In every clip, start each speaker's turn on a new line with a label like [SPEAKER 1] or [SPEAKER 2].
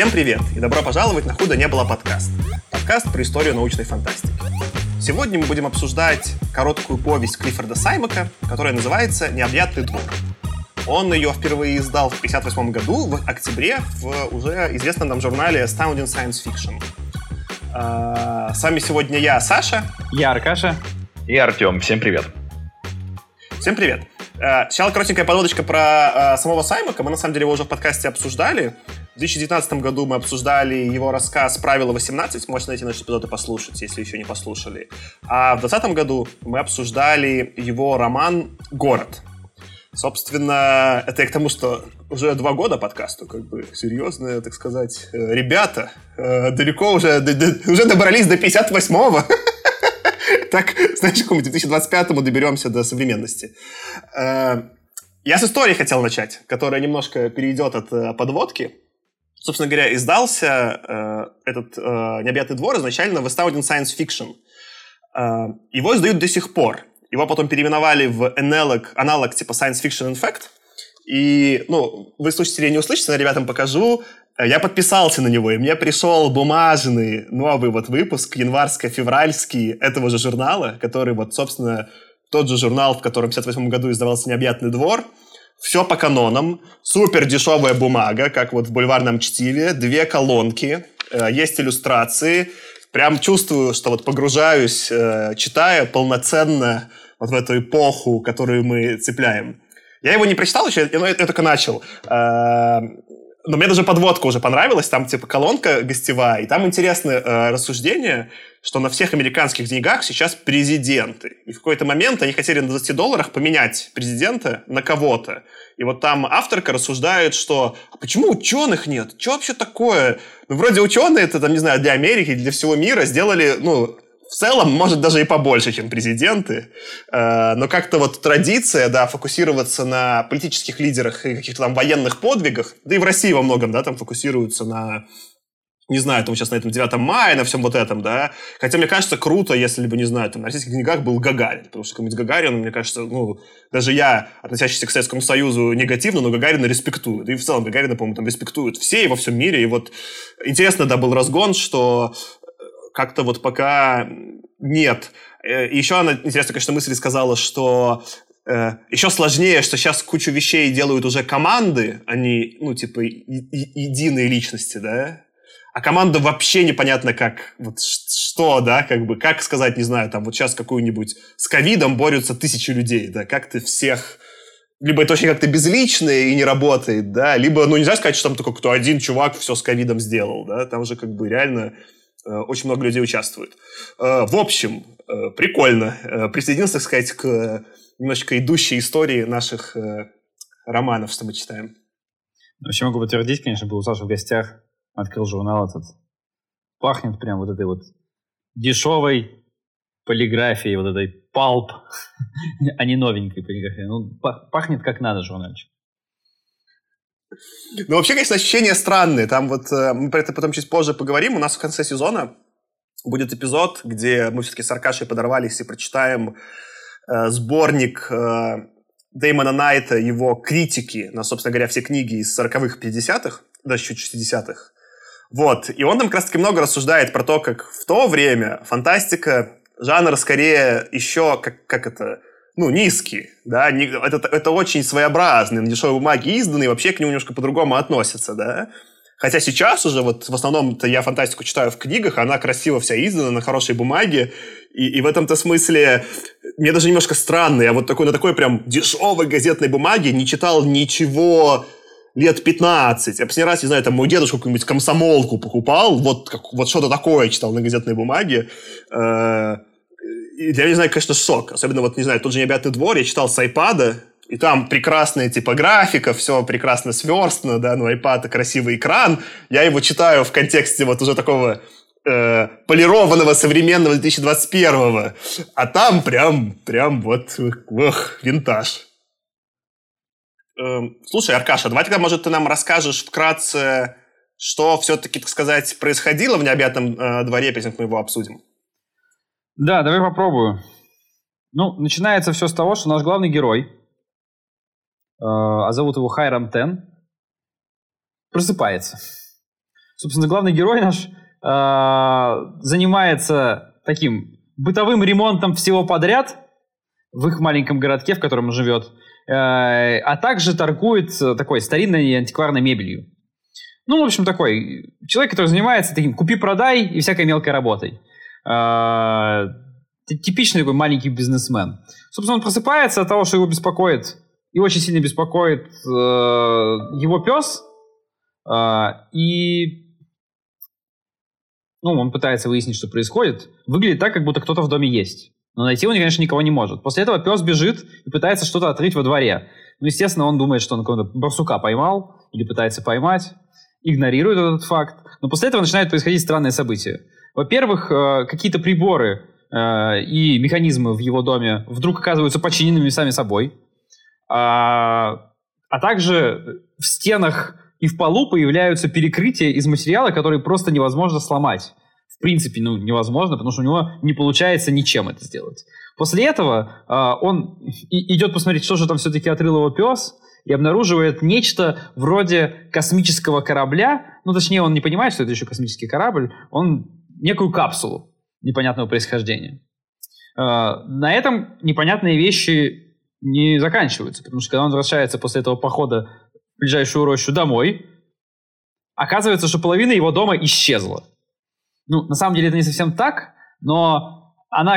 [SPEAKER 1] Всем привет и добро пожаловать на «Худо не было» подкаст. Подкаст про историю научной фантастики. Сегодня мы будем обсуждать короткую повесть Клиффорда Саймака, которая называется «Необъятный двор». Он ее впервые издал в 1958 году, в октябре, в уже известном нам журнале Astounding Science Fiction. С вами сегодня я, Саша.
[SPEAKER 2] Я, Аркаша.
[SPEAKER 3] И Артем. Всем привет.
[SPEAKER 1] Всем привет. Сначала коротенькая подводочка про самого Саймака. Мы, на самом деле, его уже в подкасте обсуждали. В 2019 году мы обсуждали его рассказ «Правило 18». Можете найти наш эпизод и послушать, если еще не послушали. А в 2020 году мы обсуждали его роман «Город». Собственно, это и к тому, что уже 2 года подкасту, как бы, серьезно, так сказать, ребята далеко уже добрались до 58-го. Так, знаешь, к 2025-му доберемся до современности. Я с истории хотел начать, которая немножко перейдет от подводки. Собственно говоря, издался этот «Необъятный двор» изначально в Astounding Science Fiction. Его издают до сих пор. Его потом переименовали в аналог типа Science Fiction in Fact. И, вы слушатели не услышите, но ребятам покажу. Я подписался на него, и мне пришел бумажный новый выпуск, январско-февральский этого же журнала, который, собственно, тот же журнал, в котором в 1958 году издавался «Необъятный двор». Все по канонам, супер дешевая бумага, как в бульварном чтиве, 2 колонки, есть иллюстрации. Прям чувствую, что погружаюсь, читая полноценно в эту эпоху, которую мы цепляем. Я его не прочитал еще, я только начал. Но мне даже подводка уже понравилась, там типа колонка гостевая, и там интересное рассуждение, что на всех американских деньгах сейчас президенты. И в какой-то момент они хотели на $20 поменять президента на кого-то. И там авторка рассуждает, что а почему ученых нет? Что вообще такое? Вроде ученые, это, не знаю, для Америки, для всего мира сделали, в целом, может, даже и побольше, чем президенты. Но как-то традиция, фокусироваться на политических лидерах и каких-то там военных подвигах, да и в России во многом, там фокусируются на, не знаю, там сейчас на этом 9 мая, на всем этом, да. Хотя, мне кажется, круто, если бы, не знаю, там на российских деньгах был Гагарин, потому что какой-нибудь Гагарин, мне кажется, даже я, относящийся к Советскому Союзу негативно, но Гагарина респектую. Да и в целом Гагарина, по-моему, там респектуют все и во всем мире. И интересно, был разгон, что как-то пока нет. И еще она, интересно, конечно, мысль сказала, что еще сложнее, что сейчас кучу вещей делают уже команды, а не, единые личности, да? А команда вообще непонятно как, что, да, как сказать, не знаю, там сейчас какую-нибудь с ковидом борются 1000 людей, да, как ты всех... Либо это очень как-то безлично и не работает, да, либо, нельзя сказать, что там только кто один чувак все с ковидом сделал, да, там же реально... Очень много людей участвует. В общем, прикольно. Присоединился, так сказать, к немножечко идущей истории наших романов, что мы читаем.
[SPEAKER 2] Вообще могу подтвердить, конечно, был у Саши в гостях, открыл журнал этот. Пахнет прям этой дешевой полиграфией, этой палп, а не новенькой полиграфией. Пахнет как надо журнальчик.
[SPEAKER 1] Вообще, конечно, ощущения странные. Там мы про это потом чуть позже поговорим. У нас в конце сезона будет эпизод, где мы все-таки с Аркашей подорвались и прочитаем сборник Дэймона Найта, его критики на, собственно говоря, все книги из 40-х, 50-х, даже чуть 60-х. И он там как раз-таки много рассуждает про то, как в то время фантастика, жанр скорее еще, низкий, да, это очень своеобразный, на дешевой бумаге изданный, вообще к нему немножко по-другому относятся, да. Хотя сейчас уже в основном-то я фантастику читаю в книгах, она красиво вся издана на хорошей бумаге, и в этом-то смысле мне даже немножко странно, я на такой прям дешевой газетной бумаге не читал ничего лет 15. Я последний раз, не знаю, там мой дедушка какую-нибудь комсомолку покупал, что-то такое читал на газетной бумаге. И для меня, не знаю, конечно, шок. Особенно, не знаю, тот же «Необъятный двор» я читал с iPad, и там прекрасная типографика, все прекрасно сверстано, да, iPad — красивый экран. Я его читаю в контексте уже такого полированного современного 2021-го. А там прям винтаж. Слушай, Аркаша, давай тогда, может, ты нам расскажешь вкратце, что все-таки, так сказать, происходило в «Необъятном дворе», перед тем, как мы его обсудим.
[SPEAKER 2] Да, давай попробую. Начинается все с того, что наш главный герой, а зовут его Хайрам Тен, просыпается. Собственно, главный герой наш занимается таким бытовым ремонтом всего подряд в их маленьком городке, в котором он живет, а также торгует такой старинной антикварной мебелью. Ну, в общем, такой человек, который занимается таким купи-продай и всякой мелкой работой. Типичный такой маленький бизнесмен. Собственно, он просыпается от того, что его беспокоит, и очень сильно беспокоит его пес, и он пытается выяснить, что происходит. Выглядит так, как будто кто-то в доме есть. Но найти он, конечно, никого не может. После этого пес бежит и пытается что-то отрыть во дворе. Ну, естественно, он думает, что он какого-то барсука поймал или пытается поймать, игнорирует этот факт. Но после этого начинают происходить странные события. Во-первых, какие-то приборы и механизмы в его доме вдруг оказываются подчиненными сами собой. А также в стенах и в полу появляются перекрытия из материала, которые просто невозможно сломать. В принципе, невозможно, потому что у него не получается ничем это сделать. После этого он идет посмотреть, что же там все-таки отрыл его пес, и обнаруживает нечто вроде космического корабля. Ну, точнее, он не понимает, что это еще космический корабль. Он некую капсулу непонятного происхождения. На этом непонятные вещи не заканчиваются, потому что когда он возвращается после этого похода в ближайшую рощу домой, оказывается, что половина его дома исчезла. Ну, на самом деле это не совсем так, но она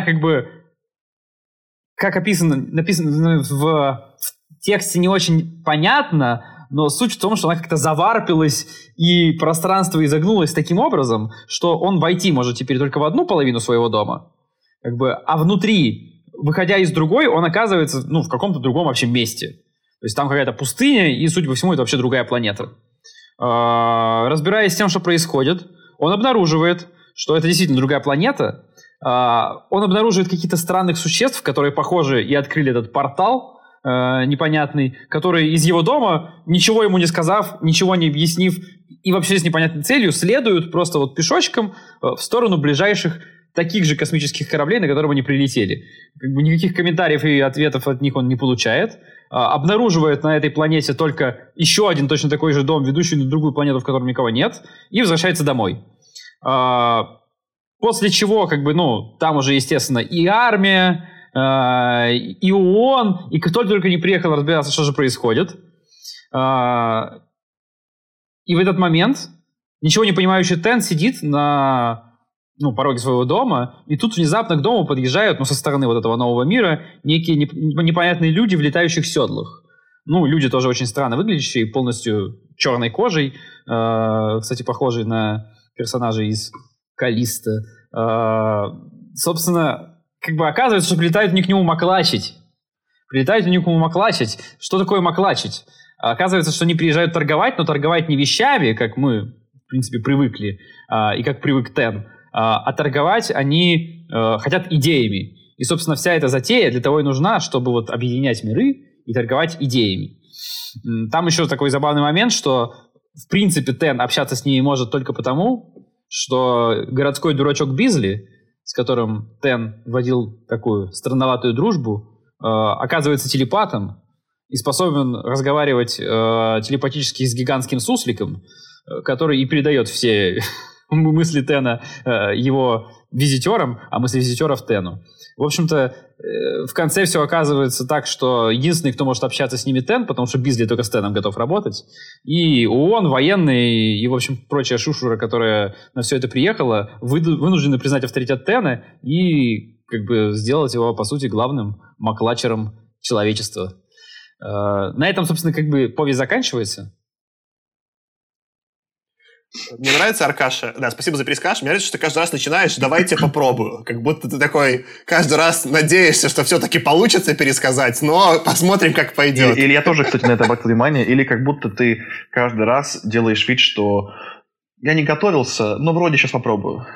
[SPEAKER 2] как написано в тексте не очень понятно, но суть в том, что она как-то заварпилась и пространство изогнулось таким образом, что он войти может теперь только в одну половину своего дома, а внутри, выходя из другой, он оказывается в каком-то другом вообще месте. То есть там какая-то пустыня, и, судя по всему, это вообще другая планета. Разбираясь с тем, что происходит, он обнаруживает, что это действительно другая планета. Он обнаруживает каких-то странных существ, которые похожи и открыли этот портал непонятный, которые из его дома, ничего ему не сказав, ничего не объяснив и вообще с непонятной целью, следуют просто пешочком в сторону ближайших таких же космических кораблей, на которые они прилетели. Никаких комментариев и ответов от них он не получает. Обнаруживает на этой планете только еще один точно такой же дом, ведущий на другую планету, в котором никого нет, и возвращается домой. После чего, там уже, естественно, и армия, и ООН, и кто только не приехал разбираться, что же происходит. И в этот момент ничего не понимающий Тен сидит на пороге своего дома, и тут внезапно к дому подъезжают, со стороны этого нового мира, некие непонятные люди в летающих седлах. Люди тоже очень странно выглядящие, полностью черной кожей, кстати, похожие на персонажей из Каллисто. Собственно, оказывается, что прилетают они к нему маклачить. Что такое маклачить? Оказывается, что они приезжают торговать, но торговать не вещами, как мы, в принципе, привыкли, и как привык Тен, а торговать они хотят идеями. И, собственно, вся эта затея для того и нужна, чтобы объединять миры и торговать идеями. Там еще такой забавный момент, что, в принципе, Тен общаться с ними может только потому, что городской дурачок Бизли, с которым Тен водил такую странноватую дружбу, оказывается телепатом и способен разговаривать телепатически с гигантским сусликом, который и передает все мысли Тена его визитерам, а мысли визитеров Тену. В общем-то, в конце все оказывается так, что единственный, кто может общаться с ними, Тен, потому что Бизли только с Теном готов работать, и ООН, военные и, в общем, прочая шушура, которая на все это приехала, вынуждены признать авторитет Тена и сделать его, по сути, главным маклачером человечества. На этом, собственно, повесть заканчивается.
[SPEAKER 1] Мне нравится, Аркаша, да, спасибо за пересказ, мне нравится, что ты каждый раз начинаешь, давайте попробую, как будто ты такой каждый раз надеешься, что все-таки получится пересказать, но посмотрим, как пойдет.
[SPEAKER 3] Или я тоже, кстати, на это обратил внимание, или как будто ты каждый раз делаешь вид, что я не готовился, но вроде сейчас попробую.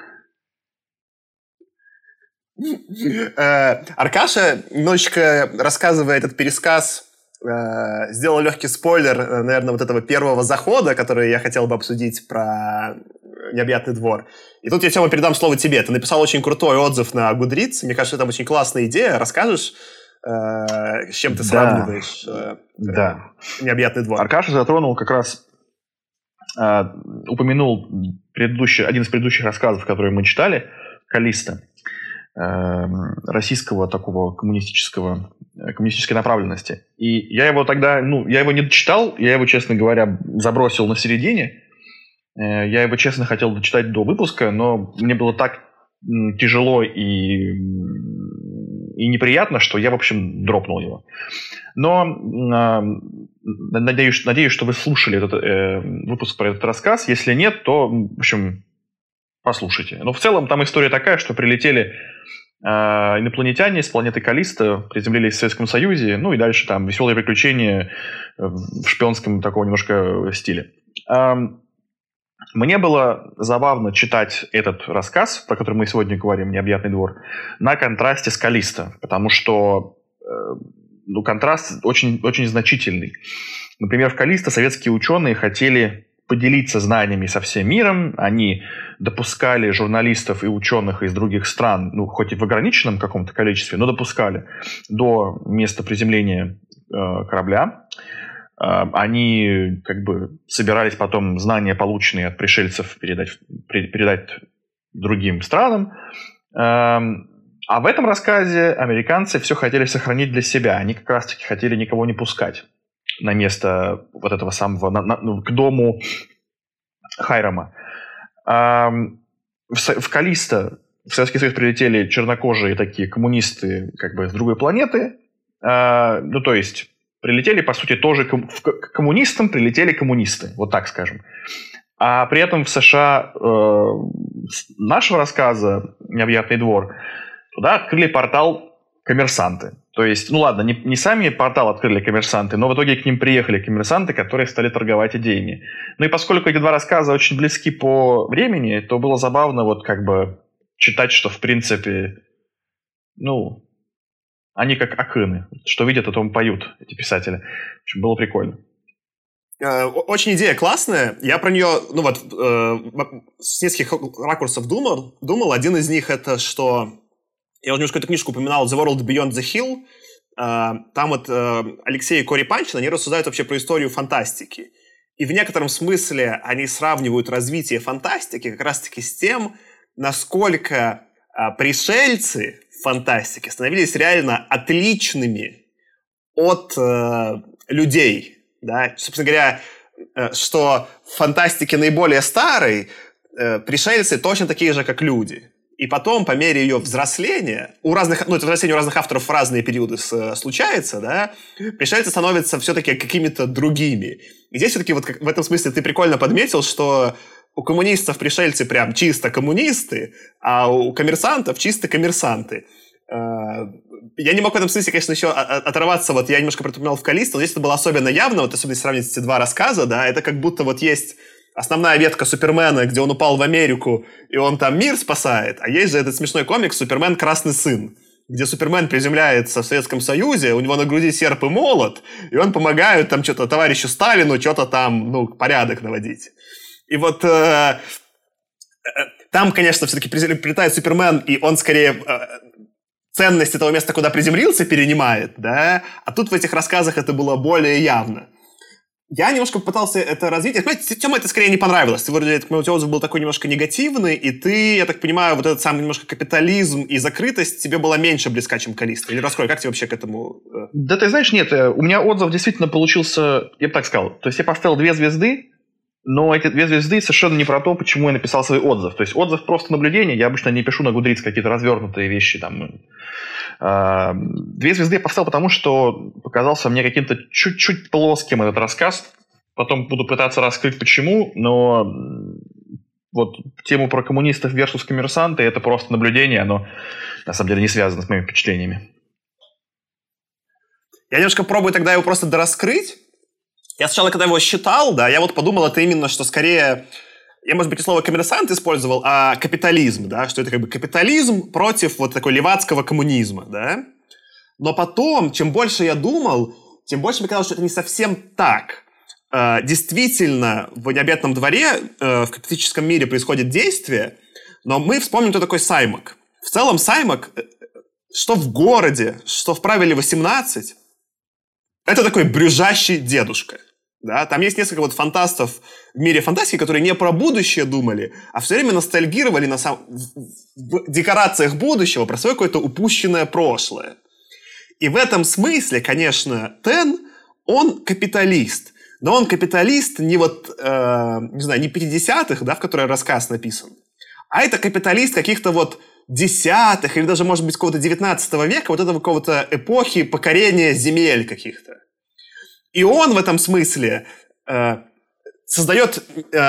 [SPEAKER 1] Аркаша, немножечко рассказывая этот пересказ, сделал легкий спойлер, наверное, этого первого захода, который я хотел бы обсудить про «Необъятный двор». И тут я, Тёма, передам слово тебе. Ты написал очень крутой отзыв на Goodreads. Мне кажется, это очень классная идея. Расскажешь, с чем ты сравниваешь «Необъятный двор»?
[SPEAKER 3] Аркаша затронул как раз упомянул один из предыдущих рассказов, которые мы читали, Каллиста, российского такого коммунистической направленности. И я его тогда, я его не дочитал, я его, честно говоря, забросил на середине. Я его, честно, хотел дочитать до выпуска, но мне было так тяжело и неприятно, что я, в общем, дропнул его. Но надеюсь, что вы слушали этот выпуск про этот рассказ. Если нет, то, в общем, послушайте. Но в целом там история такая, что прилетели инопланетяне с планеты Каллиста, приземлились в Советском Союзе, и дальше там веселые приключения в шпионском таком немножко стиле. Мне было забавно читать этот рассказ, про который мы сегодня говорим, «Необъятный двор», на контрасте с Каллисто, потому что контраст очень, очень значительный. Например, в Каллисто советские ученые хотели поделиться знаниями со всем миром, они допускали журналистов и ученых из других стран, хоть и в ограниченном каком-то количестве, но допускали до места приземления корабля. Они собирались потом знания, полученные от пришельцев, передать другим странам. А в этом рассказе американцы все хотели сохранить для себя. Они как раз-таки хотели никого не пускать на место вот этого самого, к дому Хайрама. В Каллисто в Советский Союз прилетели чернокожие такие коммунисты с другой планеты. То есть прилетели, по сути, тоже к коммунистам прилетели коммунисты, вот так скажем. А при этом в США нашего рассказа «Необъятный двор» туда открыли портал коммерсанты. То есть, не сами портал открыли коммерсанты, но в итоге к ним приехали коммерсанты, которые стали торговать идеями. И поскольку эти два рассказа очень близки по времени, то было забавно читать, что в принципе, они как акыны. Что видят, о том поют эти писатели. В общем, было прикольно.
[SPEAKER 1] Очень идея классная. Я про нее, с нескольких ракурсов думал. Один из них это, что... Я уже немножко эту книжку упоминал, «The World Beyond the Hill». Там Алексей и Кори Панчин, они рассуждают вообще про историю фантастики. И в некотором смысле они сравнивают развитие фантастики как раз-таки с тем, насколько пришельцы в фантастике становились реально отличными от людей. Да? Собственно говоря, что в фантастике наиболее старой пришельцы точно такие же, как люди. И потом, по мере ее взросления, это взросление у разных авторов в разные периоды случается, да, пришельцы становятся все-таки какими-то другими. И здесь все-таки в этом смысле ты прикольно подметил, что у коммунистов пришельцы прям чисто коммунисты, а у коммерсантов чисто коммерсанты. Я не мог в этом смысле, конечно, еще оторваться. Я немножко припоминал в «Каллисто», но здесь это было особенно явно, особенно если сравнить эти два рассказа, да, это как будто есть основная ветка Супермена, где он упал в Америку, и он там мир спасает, а есть же этот смешной комикс «Супермен. Красный сын», где Супермен приземляется в Советском Союзе, у него на груди серп и молот, и он помогает там что-то товарищу Сталину, что-то там, порядок наводить. И там, конечно, все-таки прилетает Супермен, и он скорее ценность этого места, куда приземлился, перенимает, да, а тут в этих рассказах это было более явно. Я немножко пытался это развить. Тёма это скорее не понравилось. Ты вроде, у тебя отзыв был такой немножко негативный, и ты, я так понимаю, вот этот самый немножко капитализм и закрытость тебе была меньше близка, чем Каллисто. Или раскрой, как тебе вообще к этому?
[SPEAKER 3] Да ты знаешь, нет, у меня отзыв действительно получился, я бы так сказал. То есть я поставил 2 звезды, но эти 2 звезды совершенно не про то, почему я написал свой отзыв. То есть отзыв просто наблюдение. Я обычно не пишу на Goodreads какие-то развернутые вещи там. 2 звезды я поставил, потому что показался мне каким-то чуть-чуть плоским этот рассказ. Потом буду пытаться раскрыть, почему, но тему про коммунистов versus коммерсанты — это просто наблюдение, оно на самом деле не связано с моими впечатлениями.
[SPEAKER 1] Я немножко пробую тогда его просто дораскрыть. Я сначала, когда его считал, да, я подумал, это именно, что скорее... Я, может быть, и слово «коммерсант» использовал, а капитализм, да, что это капитализм против такой левацкого коммунизма, да. Но потом, чем больше я думал, тем больше мне казалось, что это не совсем так. Действительно, в «Необъятном дворе» в капиталистическом мире происходит действие, но мы вспомним, кто такой Саймак. В целом Саймак, что в городе, что в правиле 18, это такой брюзжащий дедушка. Да? Там есть несколько вот фантастов в мире фантастики, которые не про будущее думали, а все время ностальгировали в декорациях будущего про свое какое-то упущенное прошлое. И в этом смысле, конечно, Тен, он капиталист. Но он капиталист не вот, не знаю, не 50-х, да, в которой рассказ написан, а это капиталист каких-то вот 10-х или даже, может быть, какого-то 19 века, вот этого какого-то эпохи покорения земель каких-то. И он в этом смысле создает,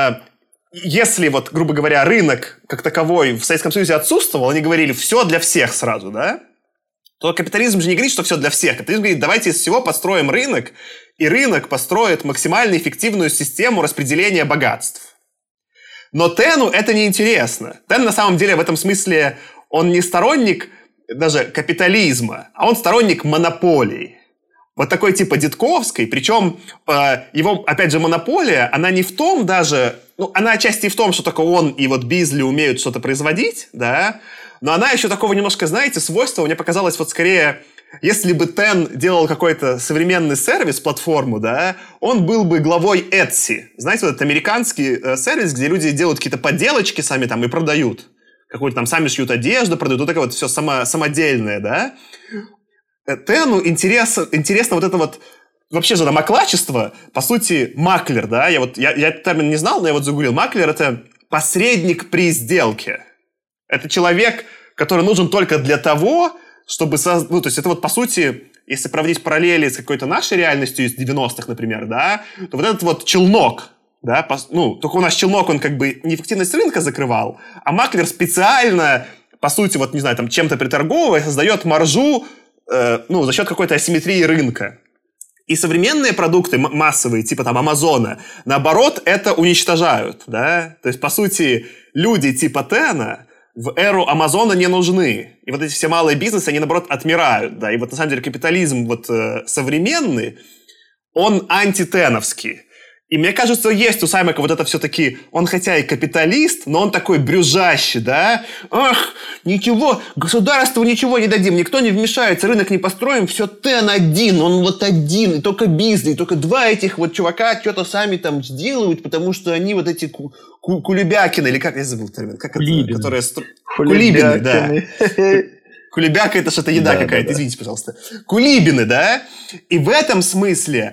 [SPEAKER 1] если вот, грубо говоря, рынок как таковой в Советском Союзе отсутствовал, они говорили «все для всех» сразу, да? То капитализм же не говорит, что все для всех. Капитализм говорит, давайте из всего построим рынок, и рынок построит максимально эффективную систему распределения богатств. Но Тену это не интересно. Тен на самом деле в этом смысле, он не сторонник даже капитализма, а он сторонник монополий. Вот такой типа Дитковской, причем его, опять же, монополия, она не в том даже, ну, она отчасти и в том, что только он и вот Бизли умеют что-то производить, да, но она еще такого немножко, знаете, свойства, мне показалось вот скорее, если бы Тен делал какой-то современный сервис, платформу, да, он был бы главой Etsy. Знаете, вот этот американский сервис, где люди делают какие-то поделочки сами там и продают. Какую-то там сами шьют одежду, продают, вот такое вот все самодельное, да. Тену интересно вот это вот вообще же маклачество, по сути, маклер, да, я этот термин не знал, но я вот загуглил. Маклер — это посредник при сделке. Это человек, который нужен только для того, чтобы... Ну, то есть это вот, по сути, если проводить параллели с какой-то нашей реальностью из 90-х, например, да, то вот этот вот челнок, да, ну, только у нас челнок, он как бы не эффективность рынка закрывал, а маклер специально, по сути, вот, не знаю, там, чем-то приторговывая, создает маржу, ну, за счет какой-то асимметрии рынка. И современные продукты массовые, типа там Амазона, наоборот, это уничтожают, да. То есть, по сути, люди типа Тена в эру Амазона не нужны. И вот эти все малые бизнесы, они, наоборот, отмирают, да. И вот, на самом деле, капитализм вот современный, он антитеновский. И мне кажется, есть у Саймака вот это все-таки, он хотя и капиталист, но он такой брюзжащий, да? Ах, ничего, государству ничего не дадим, никто не вмешается, рынок не построим, все Тен один, он вот один, и только Бизли, и только два этих вот чувака что-то сами там сделают, потому что они вот эти кулебякины, или как я забыл термин? Как это, которые... Кулибины, да. Кулебяка — это что-то еда какая-то, извините, пожалуйста. Кулибины, да? И в этом смысле...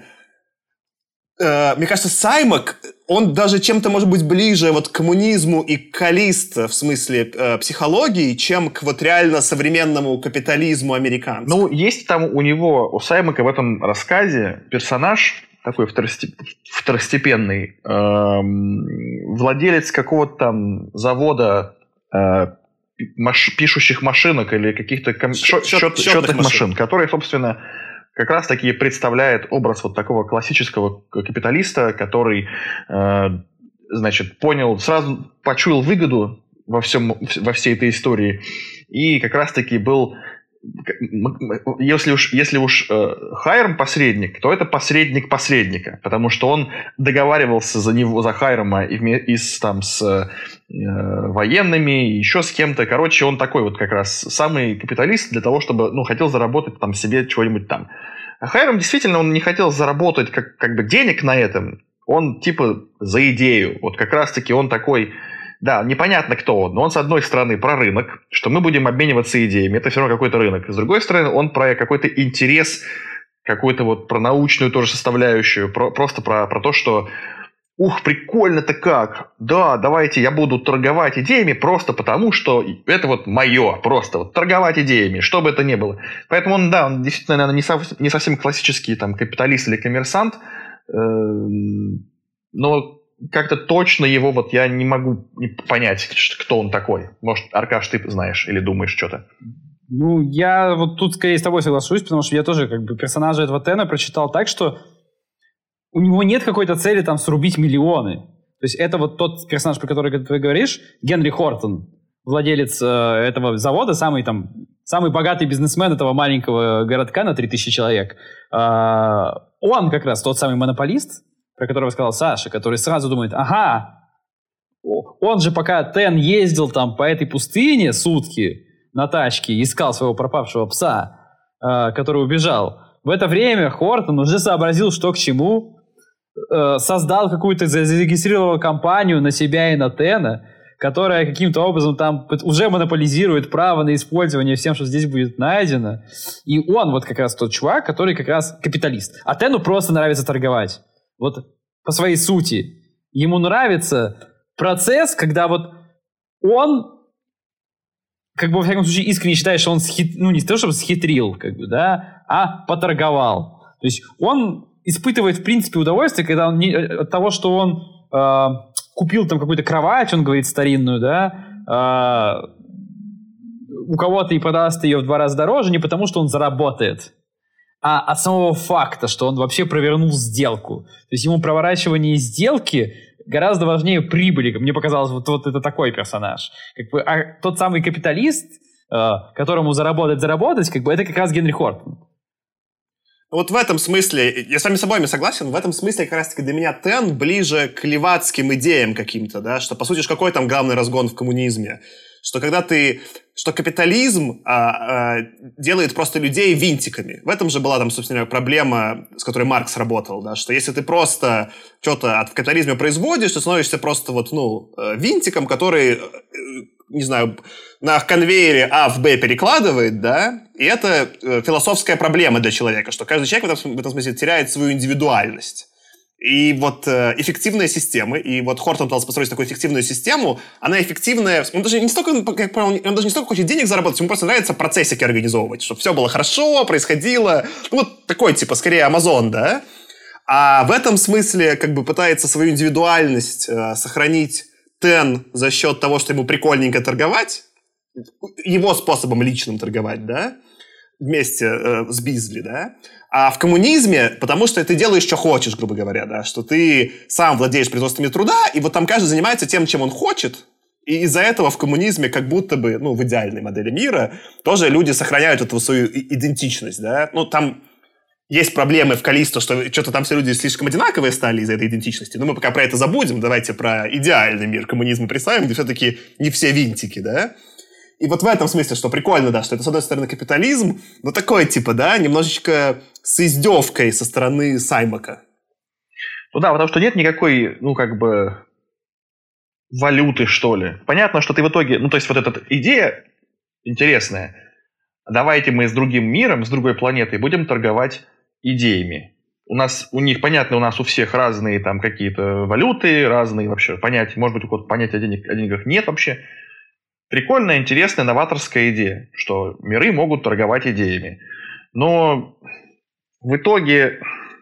[SPEAKER 1] Мне кажется, Саймак, он даже чем-то может быть ближе вот к коммунизму и к Каллисто в смысле психологии, чем к вот реально современному капитализму американцам.
[SPEAKER 3] Ну, есть там у Саймака в этом рассказе персонаж такой второстепенный, владелец какого-то там завода пишущих машинок или каких-то счетных машин, который, собственно, как раз-таки представляет образ вот такого классического капиталиста, который, значит, понял, сразу почуял выгоду во всей этой истории и как раз-таки был, если уж Хайрам посредник, то это посредник посредника, потому что он договаривался за Хайрама и с военными, и еще с кем-то. Короче, он такой вот как раз самый капиталист для того, чтобы, ну, хотел заработать там себе чего-нибудь там. А Хайрам действительно, он не хотел заработать как бы денег на этом, он типа за идею. Вот как раз-таки он такой, да, непонятно кто он, но он с одной стороны про рынок, что мы будем обмениваться идеями, это все равно какой-то рынок. С другой стороны, он про какой-то интерес, какой-то вот про научную тоже составляющую, просто про то, что ух, прикольно-то как, да, давайте я буду торговать идеями просто потому, что это вот мое, просто вот торговать идеями, что бы это ни было. Поэтому он действительно, наверное, не совсем классический там капиталист или коммерсант, но как-то точно его вот я не могу понять, кто он такой. Может, Аркаш, ты знаешь или думаешь что-то?
[SPEAKER 2] Ну, я вот тут скорее с тобой соглашусь, потому что я тоже как бы персонажа этого Тена прочитал так, что у него нет какой-то цели там срубить миллионы. То есть это вот тот персонаж, про который ты говоришь, Генри Хортон, владелец этого завода, самый богатый бизнесмен этого маленького городка на 3000 человек. Он как раз тот самый монополист, про которого сказал Саша, который сразу думает, ага, он же пока Тен ездил там по этой пустыне сутки на тачке, искал своего пропавшего пса, который убежал. В это время Хортон уже сообразил, что к чему. создал какую-то, зарегистрировал компанию на себя и на Тена, которая каким-то образом там уже монополизирует право на использование всем, что здесь будет найдено. И он вот как раз тот чувак, который как раз капиталист. А Тену просто нравится торговать. Вот по своей сути. Ему нравится процесс, когда вот он, как бы, во всяком случае, искренне считает, что он не то, чтобы схитрил, как бы, да, а поторговал. То есть он испытывает, в принципе, удовольствие, когда он от того, что он купил там какую-то кровать, он говорит, старинную, да, у кого-то и продаст ее в 2 раза дороже, не потому, что он заработает, а от самого факта, что он вообще провернул сделку. То есть ему проворачивание сделки гораздо важнее прибыли. Как мне показалось, вот это такой персонаж. Как бы, а тот самый капиталист, которому заработать, как бы это как раз Генри Хортон.
[SPEAKER 1] Вот в этом смысле, я с вами с обоими согласен, в этом смысле как раз-таки для меня Тен ближе к левацким идеям каким-то, да, что, по сути, какой там главный разгон в коммунизме? Что когда что капитализм делает просто людей винтиками. В этом же была там, собственно, проблема, с которой Маркс работал, да, что если ты просто что-то в капитализме производишь, ты становишься просто винтиком, который, не знаю, на конвейере А в Б перекладывает, да, и это философская проблема для человека, что каждый человек в этом смысле теряет свою индивидуальность. И вот эффективные системы, и вот Хортон пытался построить такую эффективную систему, она эффективная, он даже не столько, как правило, он даже не столько хочет денег заработать, ему просто нравится процессики организовывать, чтобы все было хорошо, происходило, вот такой, типа, скорее Амазон, да? А в этом смысле как бы пытается свою индивидуальность сохранить Тен за счет того, что ему прикольненько торговать, его способом личным торговать, да, вместе с Бизли, да, а в коммунизме, потому что ты делаешь, что хочешь, грубо говоря, да, что ты сам владеешь производствами труда, и вот там каждый занимается тем, чем он хочет, и из-за этого в коммунизме как будто бы, в идеальной модели мира тоже люди сохраняют эту свою идентичность, да, там есть проблемы в Каллисто, что что-то там все люди слишком одинаковые стали из-за этой идентичности, но мы пока про это забудем, давайте про идеальный мир коммунизма представим, где все-таки не все винтики, да. И вот в этом смысле, что прикольно, да, что это, с одной стороны, капитализм, но такой, типа, да, немножечко с издевкой со стороны Саймака.
[SPEAKER 3] Ну да, потому что нет никакой, валюты, что ли. Понятно, что ты в итоге, то есть вот эта идея интересная. Давайте мы с другим миром, с другой планетой будем торговать идеями. У них, понятно, у нас у всех разные там какие-то валюты, разные вообще понятия. Может быть, у кого-то понятия о деньгах нет вообще. Прикольная, интересная, новаторская идея, что миры могут торговать идеями. Но в итоге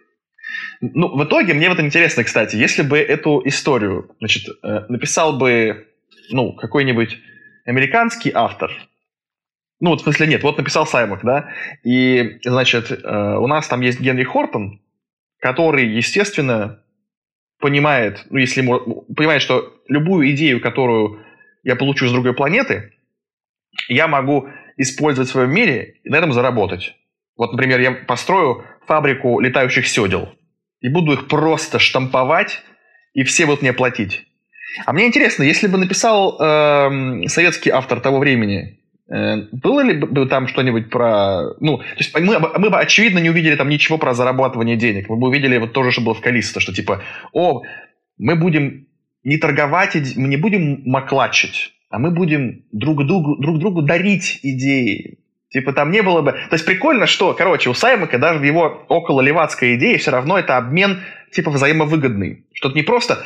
[SPEAKER 3] мне вот интересно, кстати, если бы эту историю, написал бы, какой-нибудь американский автор, в смысле нет, вот написал Саймак, да, и, у нас там есть Генри Хортон, который, естественно, понимает, понимает, что любую идею, которую я получу с другой планеты, я могу использовать в своем мире и на этом заработать. Вот, например, я построю фабрику летающих седел и буду их просто штамповать, и все будут мне платить. А мне интересно, если бы написал советский автор того времени, было ли бы там что-нибудь про... то есть мы бы, очевидно, не увидели там ничего про зарабатывание денег. Мы бы увидели вот то же, что было в Каллисто, что типа, мы будем не торговать, мы не будем маклачить, а мы будем друг другу дарить идеи. Типа там не было бы... То есть прикольно, что, у Саймака даже в его окололевацкой идее все равно это обмен типа взаимовыгодный. Что-то не просто,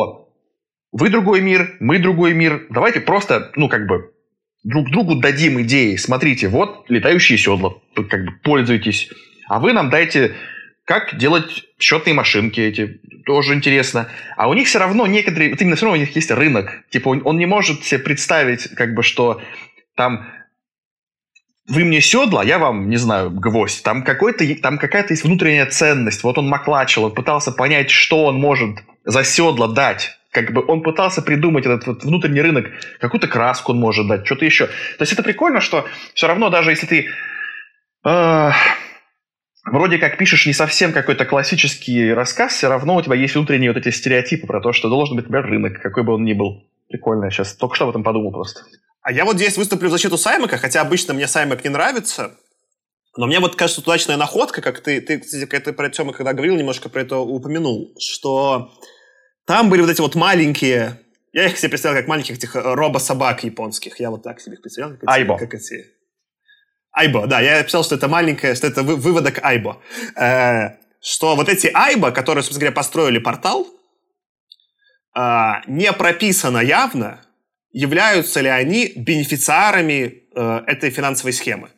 [SPEAKER 3] вы другой мир, мы другой мир, давайте просто, друг другу дадим идеи. Смотрите, вот летающие седла, пользуйтесь. А вы нам дайте... Как делать счетные машинки эти, тоже интересно. А у них все равно некоторые, именно все равно у них есть рынок. Типа он не может себе представить, что там вы мне седла, я вам, не знаю, гвоздь. Там какая-то есть внутренняя ценность. Вот он маклачил, он пытался понять, что он может за седла дать. Он пытался придумать этот вот внутренний рынок. Какую-то краску он может дать, что-то еще. То есть это прикольно, что все равно, даже если ты... вроде как пишешь не совсем какой-то классический рассказ, все равно у тебя есть внутренние вот эти стереотипы про то, что должен быть, например, рынок, какой бы он ни был. Прикольно, я сейчас только что об этом подумал просто.
[SPEAKER 1] А я вот здесь выступлю в защиту Саймака, хотя обычно мне Саймак не нравится. Но мне вот кажется, удачная находка, как ты, кстати, про Тёма, когда говорил, немножко про это упомянул, что там были вот эти вот маленькие, я их себе представлял как маленьких этих робособак японских, я вот так себе их представлял.
[SPEAKER 3] Айбо.
[SPEAKER 1] Как эти... Айбо, да, я писал, что это маленькое, что это выводок Айбо. Что вот эти Айбо, которые, собственно говоря, построили портал, не прописано явно, являются ли они бенефициарами этой финансовой схемы.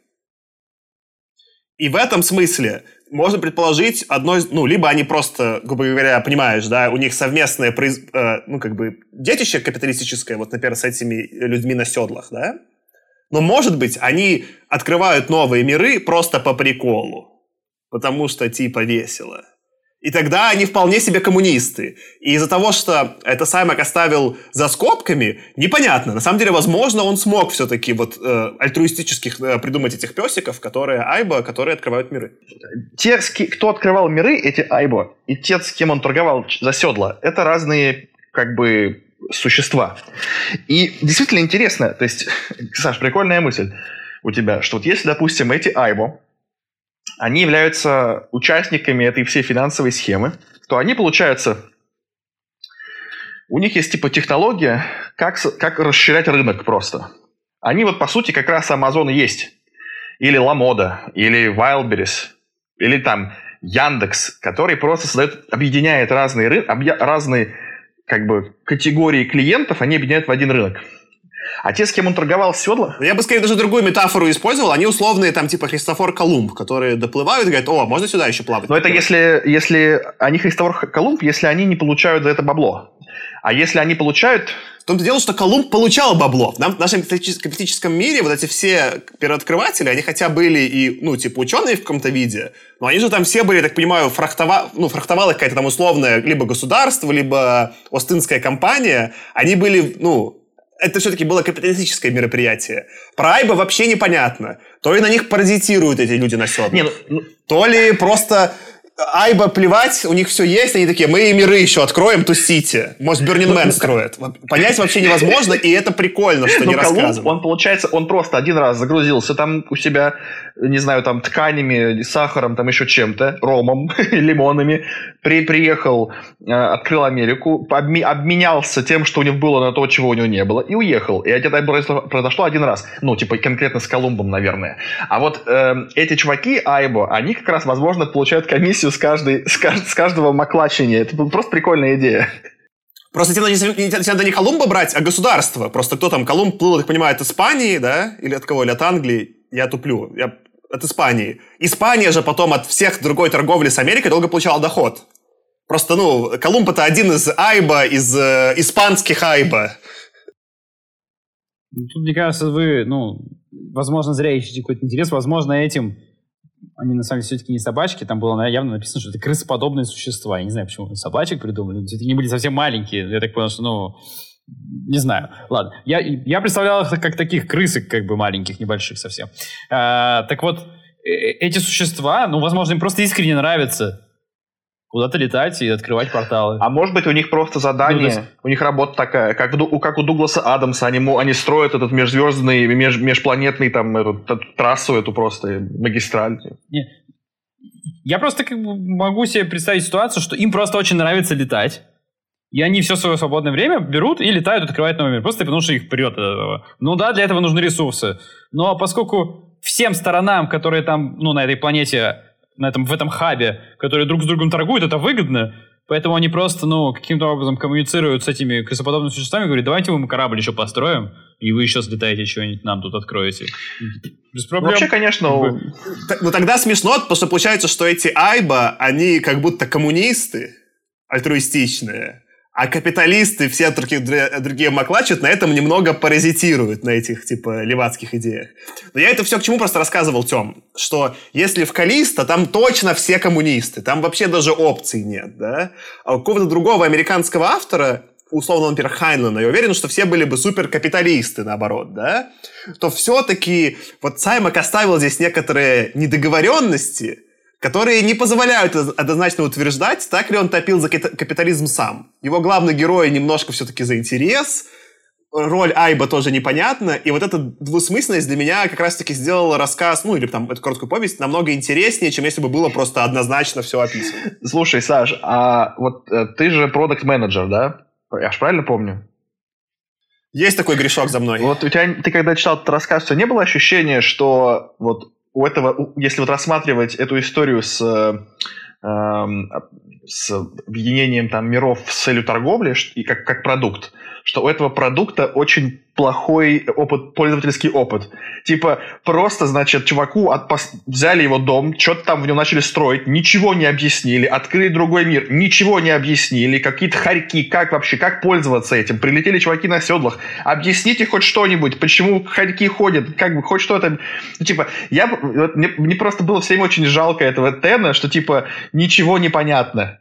[SPEAKER 1] И в этом смысле можно предположить либо они просто, грубо говоря, понимаешь, да, у них совместное, детище капиталистическое, вот, например, с этими людьми на седлах, да, но, может быть, они открывают новые миры просто по приколу, потому что, типа, весело. И тогда они вполне себе коммунисты. И из-за того, что это Саймак оставил за скобками, непонятно. На самом деле, возможно, он смог все-таки альтруистических придумать этих песиков, которые Айбо, которые открывают миры.
[SPEAKER 3] Те, кто открывал миры, эти Айбо, и те, с кем он торговал за седла, это разные, существа. И действительно интересно, то есть, Саш, прикольная мысль у тебя, что вот если, допустим, эти Айбо, они являются участниками этой всей финансовой схемы, то они, получается, у них есть типа технология, как расширять рынок просто. Они вот по сути как раз Amazon есть. Или Ламода, или Wildberries, или там Яндекс, который просто объединяет разные категории клиентов, они объединяют в один рынок. А те, с кем он торговал с седла?
[SPEAKER 1] Я бы, скорее, даже другую метафору использовал. Они условные, там, типа Христофор Колумб, которые доплывают и говорят, можно сюда еще плавать.
[SPEAKER 3] Но это если они Христофор Колумб, если они не получают за это бабло. А если они получают...
[SPEAKER 1] В том-то дело, что Колумб получал бабло. В нашем капиталистическом мире вот эти все первооткрыватели, они хотя были и, ученые в каком-то виде, но они же там все были, я так понимаю, фрахтовала какая-то там условная либо государство, либо Остинская компания. Они были, это все-таки было капиталистическое мероприятие. Про Айбо вообще непонятно. То ли на них паразитируют эти люди на седлах, то ли просто Айбо плевать, у них все есть, они такие, мы и миры еще откроем, тусите. Может, Burning Man строят. Понять вообще невозможно, и это прикольно, что не рассказывают.
[SPEAKER 3] Он, получается, он просто один раз загрузился там у себя, не знаю, там тканями, сахаром, там еще чем-то, ромом, лимонами, приехал, открыл Америку, обменялся тем, что у него было, на то, чего у него не было, и уехал. И это произошло один раз. Конкретно с Колумбом, наверное. А вот эти чуваки, Айбо, они как раз, возможно, получают комиссию с каждого маклачения. Это просто прикольная идея.
[SPEAKER 1] Просто тебе надо не Колумба брать, а государство. Просто кто там? Колумб плыл, я так понимаю, от Испании, да? Или от кого? Или от Англии? Я туплю. От Испании. Испания же потом от всех другой торговли с Америкой долго получала доход. Просто, Колумб это один из Айбо, из испанских Айбо.
[SPEAKER 2] Тут, мне кажется, вы, возможно, зря ищете какой-то интерес. Возможно, этим они, на самом деле, все-таки не собачки. Там было явно написано, что это крысоподобные существа. Я не знаю, почему собачек придумали. Все-таки они были совсем маленькие. Я так понял, что, не знаю. Ладно. Я представлял их как таких крысок, маленьких, небольших совсем. Так вот, эти существа, возможно, им просто искренне нравится куда-то летать и открывать порталы.
[SPEAKER 3] А может быть, у них просто задание, у них работа такая, как у Дугласа Адамса, они строят этот межзвездный, межпланетный трассу эту просто, магистраль.
[SPEAKER 2] Не. Я просто могу себе представить ситуацию, что им просто очень нравится летать, и они все свое свободное время берут и летают, открывают новый мир, просто потому что их прет от этого. Для этого нужны ресурсы. Но поскольку всем сторонам, которые там, на этой планете, в этом хабе, которые друг с другом торгуют, это выгодно, поэтому они просто, каким-то образом коммуницируют с этими крысоподобными существами, говорят, давайте мы корабль еще построим, и вы еще слетаете, что-нибудь нам тут откроете. Без проблем.
[SPEAKER 3] Вообще, конечно...
[SPEAKER 1] Тогда смешно, потому что получается, что эти Айбо, они как будто коммунисты альтруистичные, а капиталисты, все другие маклачат, на этом немного паразитируют, на этих, левацких идеях. Но я это все к чему просто рассказывал, Тём, что если в Каллисто, там точно все коммунисты, там вообще даже опций нет, да? А у какого-то другого американского автора, условно, например, Хайнлена, я уверен, что все были бы суперкапиталисты, наоборот, да? То все-таки Саймак оставил здесь некоторые недоговоренности, которые не позволяют однозначно утверждать, так ли он топил за капитализм сам. Его главный герой немножко все-таки за интерес, роль Айба тоже непонятна, и вот эта двусмысленность для меня как раз-таки сделала рассказ, ну, или там эту короткую повесть намного интереснее, чем если бы было просто однозначно все описано.
[SPEAKER 3] Слушай, Саш, а вот ты же продакт-менеджер, да? Я же правильно помню?
[SPEAKER 1] Есть такой грешок за мной.
[SPEAKER 3] Вот у тебя, ты когда читал этот рассказ, у тебя не было ощущения, что вот у этого, если вот рассматривать эту историю с объединением там миров с целью торговли и как продукт, что у этого продукта очень плохой пользовательский опыт. Типа, просто, значит, чуваку взяли его дом, что-то там в нем начали строить, ничего не объяснили, открыли другой мир, ничего не объяснили, какие-то хорьки, как вообще, как пользоваться этим. Прилетели чуваки на седлах, объясните хоть что-нибудь, почему хорьки ходят, как бы, хоть что-то. Ну, типа, мне просто было всем очень жалко этого Тена, что, типа, ничего не понятно.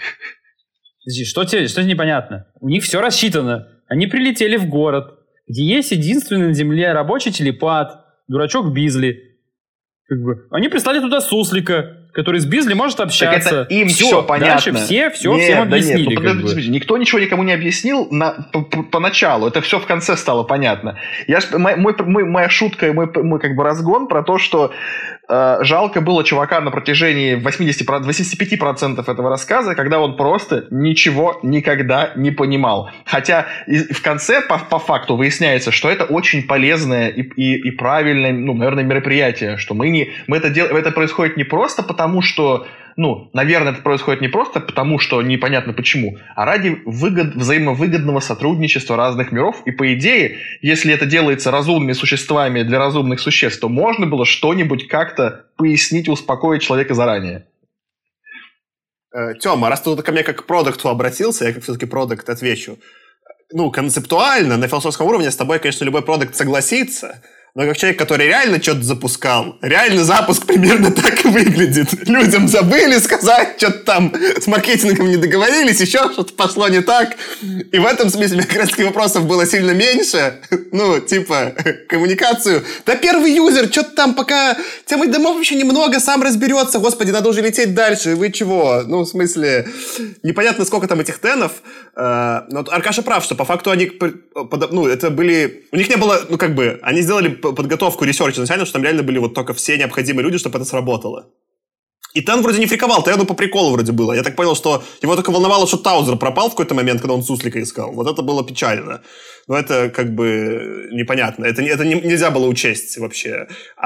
[SPEAKER 2] Что тебе непонятно? У них все рассчитано. Они прилетели в город, где есть единственный на земле рабочий телепат, дурачок Бизли. Как бы. Они прислали туда суслика, который с Бизли может общаться.
[SPEAKER 3] Так это им все понятно.
[SPEAKER 2] Дальше всем объяснили.
[SPEAKER 3] Нет, никто ничего никому не объяснил поначалу. Это все в конце стало понятно. Моя шутка и мой как бы разгон про то, что жалко было чувака на протяжении 85% этого рассказа, когда он просто ничего никогда не понимал. Хотя в конце по факту выясняется, что это очень полезное и правильное, ну, наверное, мероприятие, что это происходит не просто потому, что, ну, наверное, это происходит не просто потому, что непонятно почему, а ради взаимовыгодного сотрудничества разных миров. И по идее, если это делается разумными существами для разумных существ, то можно было что-нибудь как-то пояснить и успокоить человека заранее.
[SPEAKER 1] Тёма, раз ты ко мне как к продукту обратился, я как все-таки продукт отвечу. Ну, концептуально, на философском уровне с тобой, конечно, любой продукт согласится. Но как человек, который реально что-то запускал, реально запуск примерно так и выглядит. Людям забыли сказать, что-то там с маркетингом не договорились, еще что-то пошло не так. И в этом смысле, мне как раз таки вопросов было сильно меньше. Ну, типа, коммуникацию. Да первый юзер, что-то там пока темы домов вообще немного, сам разберется. Господи, надо уже лететь дальше. Вы чего? Ну, в смысле, непонятно, сколько там этих тенов. Но Аркаша прав, что по факту они, ну, это были... У них не было, ну, как бы, они сделали подготовку, ресерч изначально, что там реально были вот только все необходимые люди, чтобы это сработало. И Тен вроде не фриковал, Тену по приколу вроде было. Я так понял, что его только волновало, что Таузер пропал в какой-то момент, когда он суслика искал. Вот это было печально. Но это как бы непонятно. Это нельзя было учесть вообще.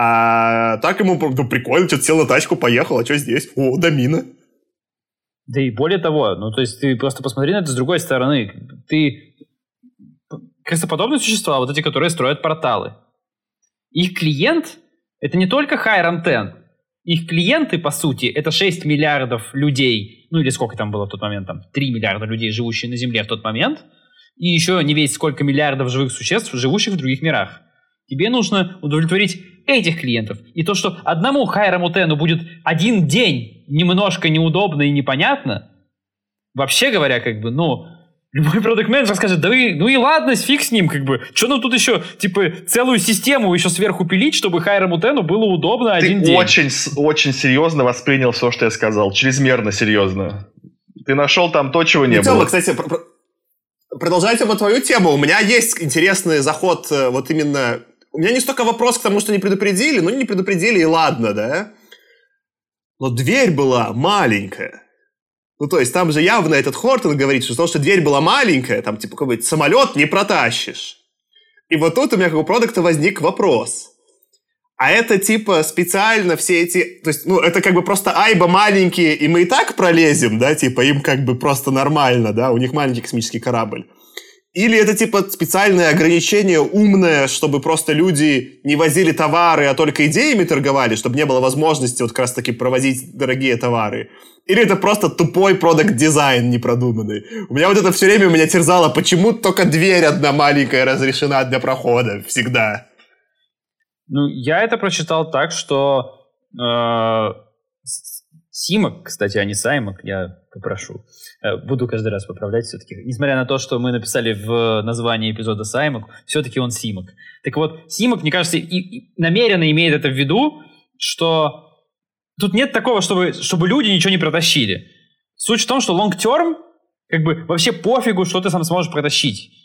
[SPEAKER 1] А так ему прикольно, что-то сел на тачку, поехал, а что здесь? О, домина.
[SPEAKER 2] Да и более того, ну то есть ты просто посмотри на это с другой стороны. Ты крысоподобные существа, вот эти, которые строят порталы. Их клиент — это не только Hiram Ten. Их клиенты, по сути, это 6 миллиардов людей, ну или сколько там было в тот момент, там 3 миллиарда людей, живущие на Земле в тот момент, и еще не весь сколько миллиардов живых существ, живущих в других мирах. Тебе нужно удовлетворить этих клиентов. И то, что одному Хайраму Тену будет один день немножко неудобно и непонятно, вообще говоря, как бы, ну... Любой продакт-менеджер скажет, да ну и ладно, фиг с ним, как бы. Что нам тут еще, типа, целую систему еще сверху пилить, чтобы Хайраму Тену было удобно один день?
[SPEAKER 3] Ты очень серьезно воспринял все, что я сказал. Чрезмерно серьезно. Ты нашел там то, чего не было.
[SPEAKER 1] Тёма, кстати, продолжайте вот твою тему. У меня есть интересный заход вот именно... У меня не столько вопрос к тому, что не предупредили, но не предупредили, и ладно, да? Но дверь была маленькая. Ну, то есть, там же явно этот Хортон говорит, что то, что дверь была маленькая, там, типа, какой-нибудь самолет не протащишь. И вот тут у меня, как у продукта, возник вопрос. А это, типа, специально все эти... То есть, ну, это как бы просто айба маленькие, и мы и так пролезем, да, типа, им как бы просто нормально, да, у них маленький космический корабль. Или это, типа, специальное ограничение умное, чтобы просто люди не возили товары, а только идеями торговали, чтобы не было возможности вот как раз-таки провозить дорогие товары. Или это просто тупой продакт-дизайн непродуманный. У меня вот это все время меня терзало, почему только дверь одна маленькая разрешена для прохода всегда.
[SPEAKER 2] Ну, я это прочитал так, что Симок, кстати, а не Саймок, я попрошу. Буду каждый раз поправлять все-таки. Несмотря на то, что мы написали в названии эпизода Саймок, все-таки он Симок. Так вот, Симок, мне кажется, и намеренно имеет это в виду, что тут нет такого, чтобы люди ничего не протащили. Суть в том, что long-term, как бы вообще пофигу, что ты сам сможешь протащить.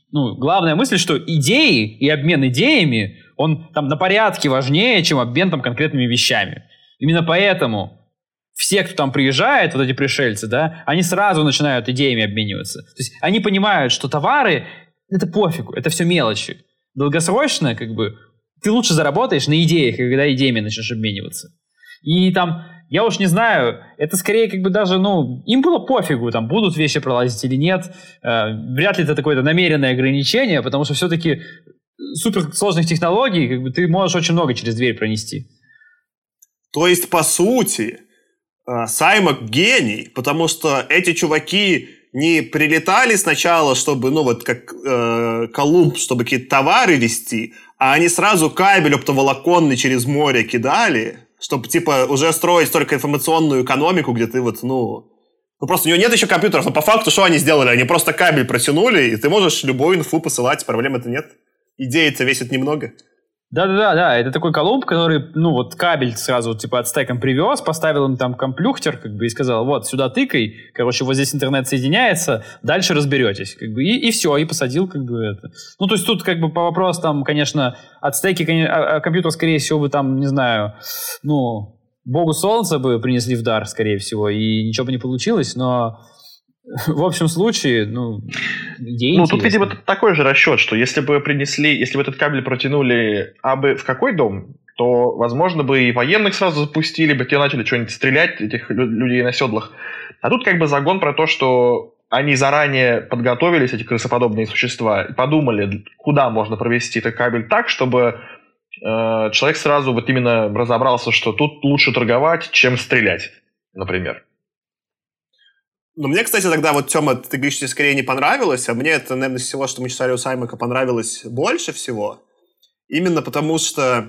[SPEAKER 2] главная мысль, что идеи и обмен идеями, он там на порядке важнее, чем обмен там конкретными вещами. Именно поэтому все, кто там приезжает, вот эти пришельцы, да, они сразу начинают идеями обмениваться. То есть они понимают, что товары — это пофигу, это все мелочи. Долгосрочно, как бы, ты лучше заработаешь на идеях, когда идеями начнешь обмениваться. И там, я уж не знаю, это скорее как бы даже, им было пофигу, там, будут вещи пролазить или нет. Вряд ли это такое-то намеренное ограничение, потому что все-таки суперсложных технологий, как бы, ты можешь очень много через дверь пронести.
[SPEAKER 1] То есть, по сути, Саймак гений, потому что эти чуваки не прилетали сначала, чтобы, как Колумб, чтобы какие-то товары везти, а они сразу кабель оптоволоконный через море кидали, чтобы, уже строить только информационную экономику, где ты просто у него нет еще компьютеров, но по факту что они сделали? Они просто кабель протянули, и ты можешь любую инфу посылать, проблем-то нет. Идеи-то весит немного.
[SPEAKER 2] Да, это такой Колумб, который, кабель сразу, от стеком привез, поставил им там комплюхтер, как бы, и сказал, вот, сюда тыкай, короче, вот здесь интернет соединяется, дальше разберетесь, как бы, и все, и посадил, как бы, это. То есть тут, как бы, по вопросу, там, конечно, от стеки, компьютер, скорее всего, бы там, не знаю, Богу солнца бы принесли в дар, скорее всего, и ничего бы не получилось, но... В общем случае, идея
[SPEAKER 3] тут, видимо, такой же расчет, что если бы этот кабель протянули абы в какой дом, то, возможно, бы и военных сразу запустили бы, те начали что-нибудь стрелять, этих людей на седлах. А тут как бы загон про то, что они заранее подготовились, эти крысоподобные существа, и подумали, куда можно провести этот кабель так, чтобы человек сразу вот именно разобрался, что тут лучше торговать, чем стрелять, например.
[SPEAKER 1] Но мне, кстати, тогда Тёма, ты говоришь, тебе скорее не понравилось, а мне это, наверное, из всего, что мы читали у Саймака, понравилось больше всего. Именно потому, что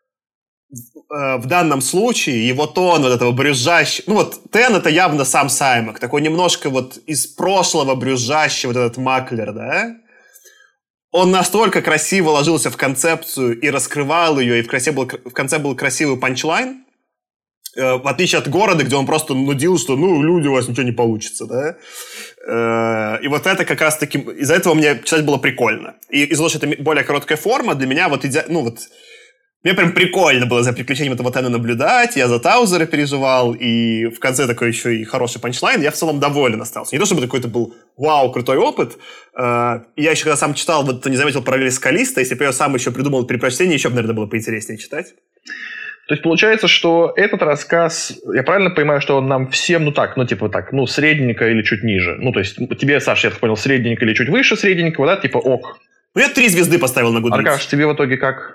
[SPEAKER 1] в данном случае его тон вот этого брюзжащего... Тен — это явно сам Саймак, такой немножко из прошлого брюзжащий этот маклер, да? Он настолько красиво ложился в концепцию и раскрывал ее, и в конце был красивый панчлайн, в отличие от города, где он просто нудил, что, люди, у вас ничего не получится, да? И это как раз-таки... Из-за этого мне читать было прикольно. И из-за того, что это более короткая форма, для меня мне прям прикольно было за приключением этого Тена наблюдать, я за Таузера переживал, и в конце такой еще и хороший панчлайн, я в целом доволен остался. Не то, чтобы какой-то был вау, крутой опыт. Я еще когда сам читал, не заметил параллель с Каллисто, если бы я сам еще придумал при прочтении, еще бы, наверное, было поинтереснее читать.
[SPEAKER 3] То есть получается, что этот рассказ, я правильно понимаю, что он нам всем, средненько или чуть ниже? То есть тебе, Саша, я так понял, средненько или чуть выше средненького, да, ок.
[SPEAKER 1] Я 3 звезды поставил на Goodreads.
[SPEAKER 3] Аркаш, тебе в итоге как?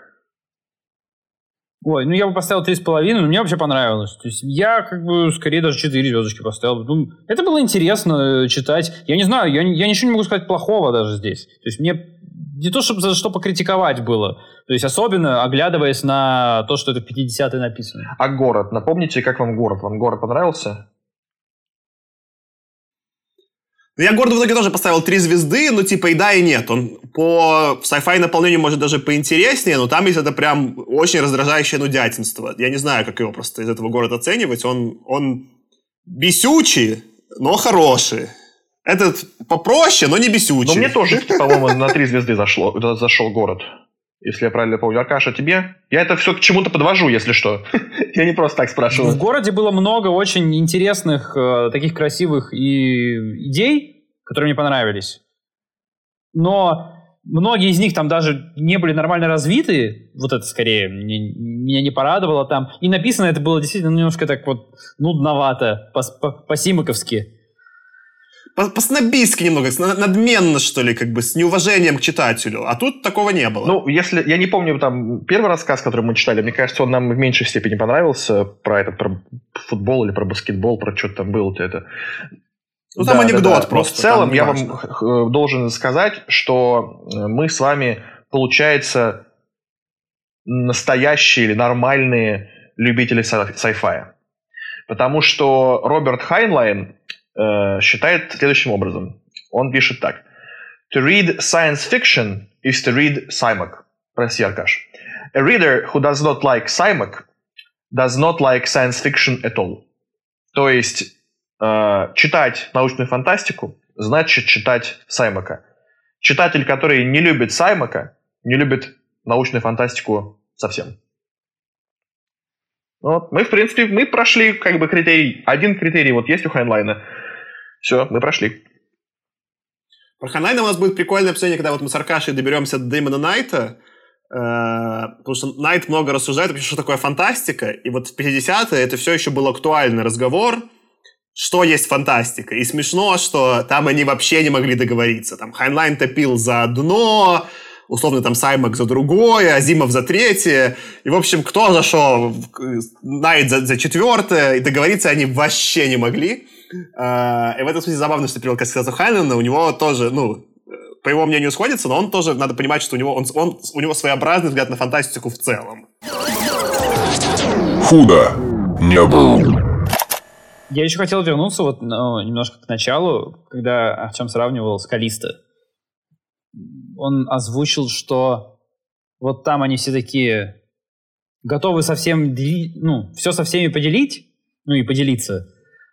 [SPEAKER 2] Ой, я бы поставил 3,5, но мне вообще понравилось. То есть я, как бы, скорее даже 4 звездочки поставил. Это было интересно читать. Я не знаю, я ничего не могу сказать плохого даже здесь. То есть мне не то, чтобы за что покритиковать было. То есть особенно оглядываясь на то, что это в 50-й написано.
[SPEAKER 3] А город? Напомните, как вам город? Вам город понравился?
[SPEAKER 1] Я городу в итоге тоже поставил 3 звезды, и да, и нет. Он по sci-fi наполнению может даже поинтереснее, но там есть это прям очень раздражающее нудятинство. Я не знаю, как его просто из этого города оценивать. Он бесючий, но хороший. Этот попроще, но не бесючий.
[SPEAKER 3] Но мне тоже, по-моему, на 3 звезды зашел город. Если я правильно помню. Аркаша, тебе? Я это все к чему-то подвожу, если что. Я не просто так спрашиваю.
[SPEAKER 2] В городе было много очень интересных, таких красивых идей, которые мне понравились. Но многие из них там даже не были нормально развиты. Вот это скорее меня не порадовало там. И написано это было действительно немножко так нудновато, по-симаковски.
[SPEAKER 1] По-снобистски немного, надменно, что ли, как бы, с неуважением к читателю. А тут такого не было.
[SPEAKER 3] Если... Я не помню, там, первый рассказ, который мы читали, мне кажется, он нам в меньшей степени понравился. Про футбол или про баскетбол, про что-то там было-то это.
[SPEAKER 1] Там анекдот просто.
[SPEAKER 3] Но в целом я вам должен сказать, что мы с вами, получается, настоящие или нормальные любители sci-fi. Потому что Роберт Хайнлайн считает следующим образом. Он пишет так. To read science fiction is to read Саймак. Прости, Аркаш. A reader who does not like Саймак does not like science fiction at all. То есть читать научную фантастику значит читать Саймака. читатель, который не любит Саймака, не любит научную фантастику совсем. Вот. Мы, в принципе, мы прошли как бы критерий. Один критерий вот есть у Хайнлайна. Все, мы прошли.
[SPEAKER 1] Про Хайнлайна у нас будет прикольное обсуждение, когда вот мы с Аркашей доберемся до Дэймона Найта, потому что Найт много рассуждает, что такое фантастика, и вот в 50-е это все еще был актуальный разговор, что есть фантастика. И смешно, что там они вообще не могли договориться. Там Хайнлайн топил за одно, условно там Саймак за другое, Азимов за третье. И, в общем, кто за что? Найт за четвертое. И договориться они вообще не могли. И в этом смысле забавно, что ты привел к рассказу Хайнлайна. У него тоже, по его мнению, сходится, но он тоже, надо понимать, что у него своеобразный взгляд на фантастику в целом.
[SPEAKER 4] Худо не было.
[SPEAKER 2] Я еще хотел вернуться вот немножко к началу, когда Артем сравнивал с Каллисто. Он озвучил, что вот там они все такие готовы совсем, все со всеми поделить, и поделиться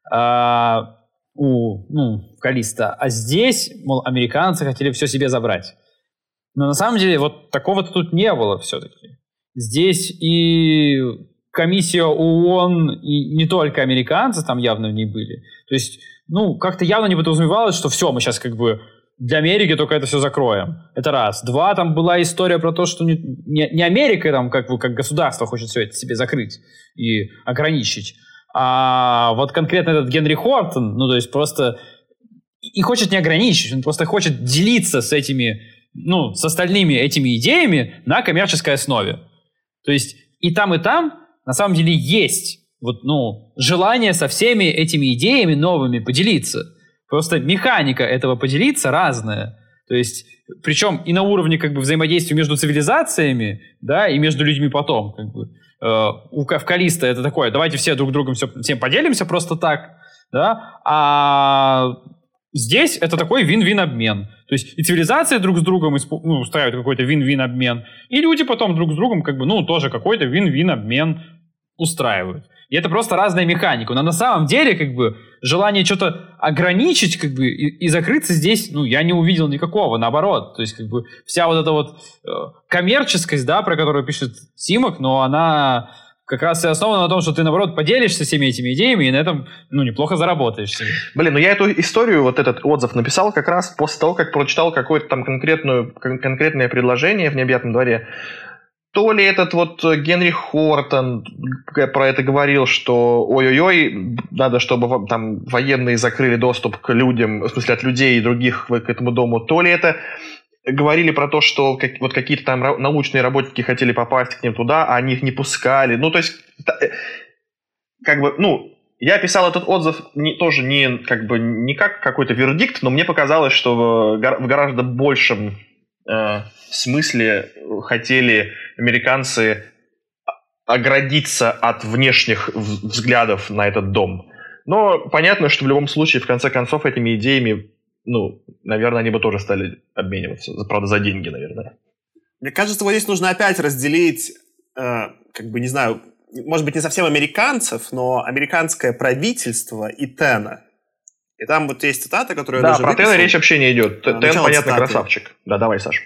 [SPEAKER 2] в Каллисто. А здесь, мол, американцы хотели все себе забрать. Но на самом деле вот такого-то тут не было все-таки. Здесь и комиссия ООН, и не только американцы там явно в ней были. То есть, как-то явно не подразумевалось, что все, мы сейчас как бы для Америки только это все закроем. Это раз. Два, там была история про то, что не Америка там как государство хочет все это себе закрыть и ограничить, а вот конкретно этот Генри Хортон, то есть просто и хочет не ограничить, он просто хочет делиться с этими, с остальными этими идеями на коммерческой основе. То есть и там на самом деле есть желание со всеми этими идеями новыми поделиться. Просто механика этого поделиться разная. То есть, причем и на уровне взаимодействия между цивилизациями, да, и между людьми потом. В Каллисто это такое, давайте все друг другом всем поделимся просто так, да, а здесь это такой вин-вин обмен. То есть и цивилизации друг с другом устраивают какой-то вин-вин обмен, и люди потом друг с другом тоже какой-то вин-вин обмен устраивают. И это просто разная механика. Но на самом деле, желание что-то ограничить, и закрыться здесь, я не увидел никакого. Наоборот. То есть, вся вот эта коммерческость, да, про которую пишет Симак, но она как раз и основана на том, что ты, наоборот, поделишься всеми этими идеями и на этом, неплохо заработаешь себе.
[SPEAKER 3] Я эту историю, этот отзыв написал как раз после того, как прочитал какое-то там конкретное предложение в «Необъятном дворе». То ли этот Генри Хортон про это говорил, что ой-ой-ой, надо, чтобы там военные закрыли доступ к людям, в смысле от людей и других к этому дому, то ли это говорили про то, что какие-то там научные работники хотели попасть к ним туда, а они их не пускали. То есть, я писал этот отзыв тоже не как какой-то вердикт, но мне показалось, что в гораздо большем смысле хотели американцы оградиться от внешних взглядов на этот дом. Но понятно, что в любом случае, в конце концов, этими идеями, наверное, они бы тоже стали обмениваться. Правда, за деньги, наверное.
[SPEAKER 1] Мне кажется, вот здесь нужно опять разделить, не знаю, может быть, не совсем американцев, но американское правительство и Тена. И там вот есть цитата, которую я даже
[SPEAKER 3] выписал. Да, про Тена речь вообще не идет. Тен, понятно, цитаты. Красавчик. Да, давай, Саш.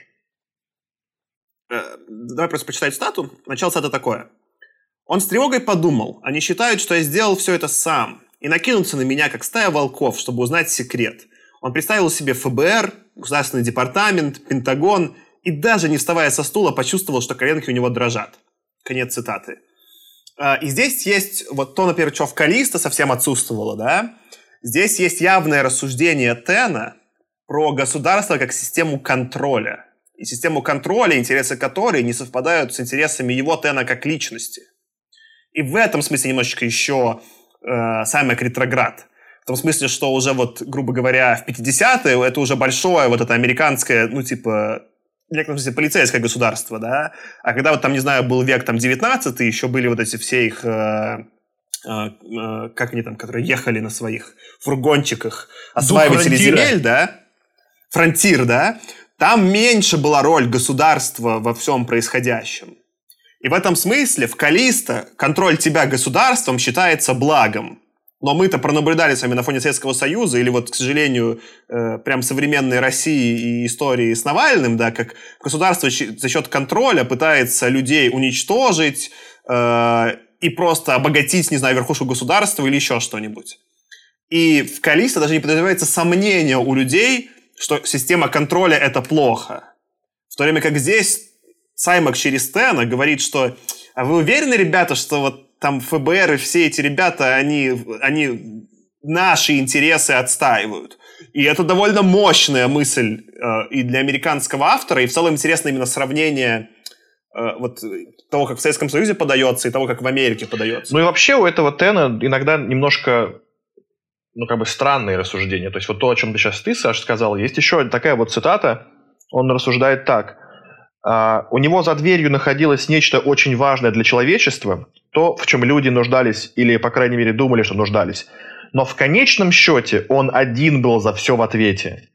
[SPEAKER 1] Давай просто почитай цитату. Начало цитаты такое. «Он с тревогой подумал. Они считают, что я сделал все это сам. И накинутся на меня, как стая волков, чтобы узнать секрет. Он представил себе ФБР, Государственный департамент, Пентагон и даже не вставая со стула, почувствовал, что коленки у него дрожат». Конец цитаты. И здесь есть то, например, что в Каллисто совсем отсутствовало, да? Здесь есть явное рассуждение Тена про государство как систему контроля. И систему контроля, интересы которой не совпадают с интересами его Тена как личности. И в этом смысле немножечко еще Саймак ретроград. В том смысле, что уже грубо говоря, в 50-е это уже большое это американское, в некотором смысле полицейское государство, да? А когда не знаю, был век 19-й, еще были эти все их... как они там, которые ехали на своих фургончиках, осваиватели земель, да? Фронтир, да? Там меньше была роль государства во всем происходящем. И в этом смысле в Каллисто контроль тебя государством считается благом. Но мы-то пронаблюдали с вами на фоне Советского Союза или вот, к сожалению, прям современной России и истории с Навальным, да, как государство за счет контроля пытается людей уничтожить и просто обогатить, не знаю, верхушку государства или еще что-нибудь. И в Каллисто даже не подразумевается сомнение у людей, что система контроля – это плохо. В то время как здесь Саймак через Тэна говорит, что «А вы уверены, ребята, что вот там ФБР и все эти ребята, они наши интересы отстаивают?» И это довольно мощная мысль и для американского автора, и в целом интересно именно сравнение вот того, как в Советском Союзе подается, и того, как в Америке подается.
[SPEAKER 3] Ну и вообще у этого Тэна иногда немножко, ну, как бы странные рассуждения. То есть вот то, о чем ты, Саша, сказал, есть еще такая вот цитата, он рассуждает так. У него за дверью находилось нечто очень важное для человечества, то, в чем люди нуждались, или, по крайней мере, думали, что нуждались. Но в конечном счете он один был за все в ответе.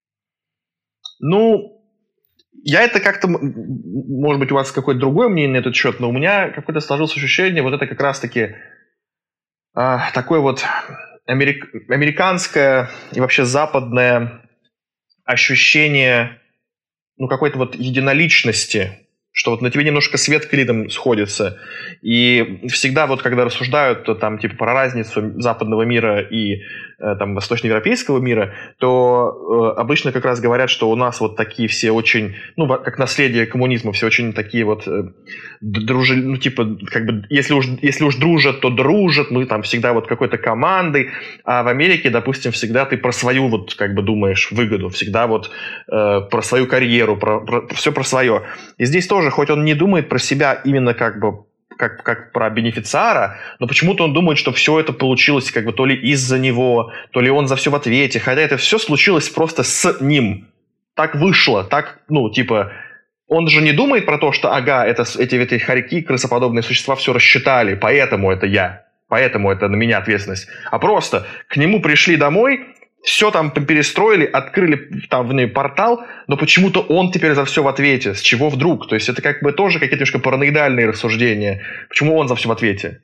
[SPEAKER 3] Ну, я это как-то... Может быть, у вас какое-то другое мнение на этот счет, но у меня какое-то сложилось ощущение, вот это как раз-таки такое вот американское и вообще западное ощущение, ну, какой-то вот единоличности, что вот на тебе немножко свет клином сходится. И всегда вот, когда рассуждают то, там, типа, про разницу западного мира и там, восточноевропейского мира, то обычно как раз говорят, что у нас вот такие все очень, ну, как наследие коммунизма, все очень такие вот ну, типа, как бы, если уж дружат, то дружат, мы там всегда вот какой-то командой, а в Америке, допустим, всегда ты про свою вот, как бы, думаешь выгоду, всегда вот про свою карьеру, все про свое. И здесь тоже, хоть он не думает про себя именно как бы как про бенефициара, но почему-то он думает, что все это получилось как бы то ли из-за него, то ли он за все в ответе, хотя это все случилось просто с ним. Так вышло, так, ну, типа, он же не думает про то, что, ага, эти хорьки, крысоподобные существа все рассчитали, поэтому это я, поэтому это на меня ответственность. А просто к нему пришли домой, все там перестроили, открыли там в ней портал, но почему-то он теперь за все в ответе. С чего вдруг? То есть это как бы тоже какие-то немножко параноидальные рассуждения. Почему он за все в ответе?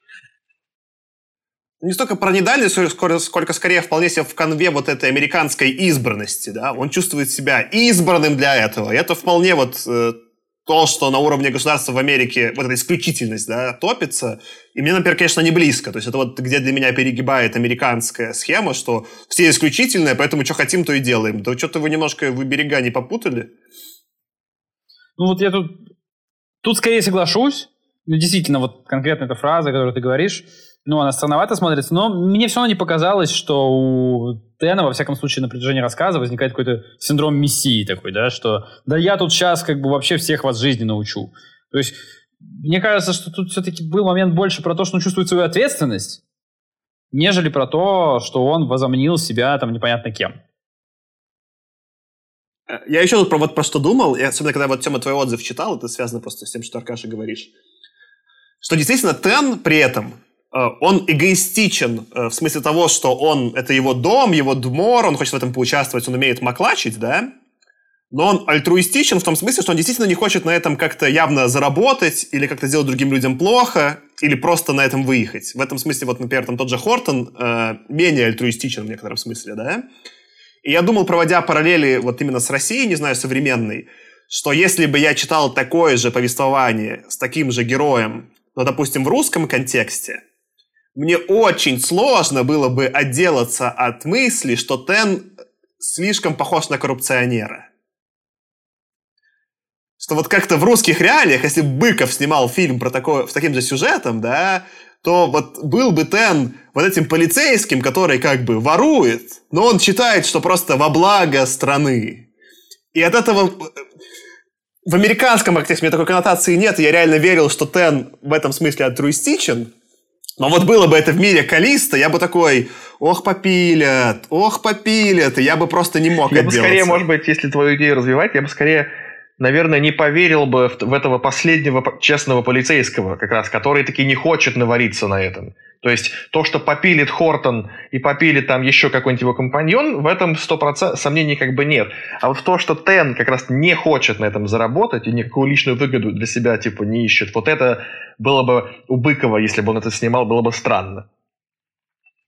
[SPEAKER 1] Не столько параноидальные, сколько скорее вполне себе в канве вот этой американской избранности. Да? Он чувствует себя избранным для этого. И это вполне вот то, что на уровне государства в Америке вот эта исключительность, да, топится. И мне, например, конечно, не близко. То есть это вот где для меня перегибает американская схема, что все исключительные, поэтому что хотим, то и делаем. Да что-то вы немножко вы берега не попутали.
[SPEAKER 2] Ну вот я тут скорее соглашусь. Ну, действительно, вот конкретно эта фраза, которую ты говоришь, ну, она странновато смотрится, но мне все равно не показалось, что у Тэна, во всяком случае, на протяжении рассказа возникает какой-то синдром мессии такой, да, что да я тут сейчас как бы вообще всех вас жизни научу. То есть мне кажется, что тут все-таки был момент больше про то, что он чувствует свою ответственность, нежели про то, что он возомнил себя там непонятно кем.
[SPEAKER 1] Я еще тут про что думал, и особенно когда вот, Тёма, твой отзыв читал, это связано просто с тем, что Аркаша говоришь, что действительно Тэн при этом он эгоистичен в смысле того, что это его дом, его двор, он хочет в этом поучаствовать, он умеет маклачить, да? Но он альтруистичен в том смысле, что он действительно не хочет на этом как-то явно заработать или как-то сделать другим людям плохо, или просто на этом выехать. В этом смысле, вот, например, там тот же Хортон менее альтруистичен в некотором смысле, да? И я думал, проводя параллели вот именно с Россией, не знаю, современной, что если бы я читал такое же повествование с таким же героем, но, допустим, в русском контексте, мне очень сложно было бы отделаться от мысли, что Тэн слишком похож на коррупционера. Что вот как-то в русских реалиях, если бы Быков снимал фильм с таким же сюжетом, да, то вот был бы Тэн вот этим полицейским, который как бы ворует, но он считает, что просто во благо страны. И от этого... В американском контексте у меня такой коннотации нет, и я реально верил, что Тэн в этом смысле альтруистичен. Но вот было бы это в мире Каллисто, я бы такой, ох, попилят, и я бы просто не мог отделаться.
[SPEAKER 3] Я бы скорее, может быть, если твою идею развивать, я бы скорее, наверное, не поверил бы в этого последнего честного полицейского, как раз, который таки не хочет навариться на этом. То есть то, что попилит Хортон и попилит там еще какой-нибудь его компаньон, в этом 100% сомнений как бы нет. А вот в то, что Тэн как раз не хочет на этом заработать и никакую личную выгоду для себя типа не ищет, вот это было бы у Быкова, если бы он это снимал, было бы странно.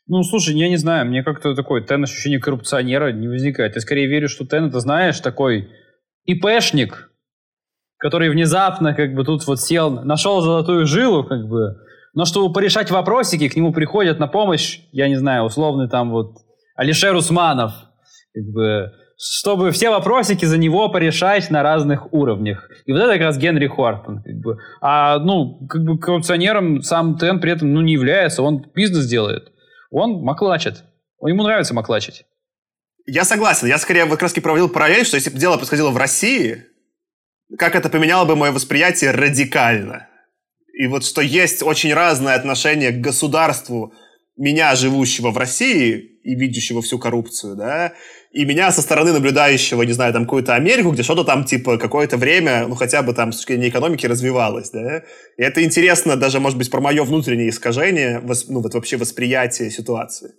[SPEAKER 2] Ну, слушай, я не знаю, мне как-то такой Тен ощущение коррупционера не возникает. Я скорее верю, что Тен, это, знаешь, такой ИПшник, который внезапно как бы тут вот сел, нашел золотую жилу, как бы, но чтобы порешать вопросики, к нему приходят на помощь, я не знаю, условный там вот Алишер Усманов, как бы, чтобы все вопросики за него порешать на разных уровнях. И вот это как раз Генри Хортон. Как бы. Как бы коррупционером сам Тен при этом не является, он бизнес делает. Он маклачит. Ему нравится маклачить.
[SPEAKER 1] Я согласен. Я скорее как раз проводил параллель, что если бы дело происходило в России, как это поменяло бы мое восприятие радикально. И вот что есть очень разное отношение к государству меня, живущего в России и видящего всю коррупцию, да, и меня со стороны наблюдающего, не знаю, там, какую-то Америку, где что-то там, типа, какое-то время, хотя бы там с точки зрения экономики развивалось, да. И это интересно даже, может быть, про мое внутреннее искажение, вот вообще восприятие ситуации.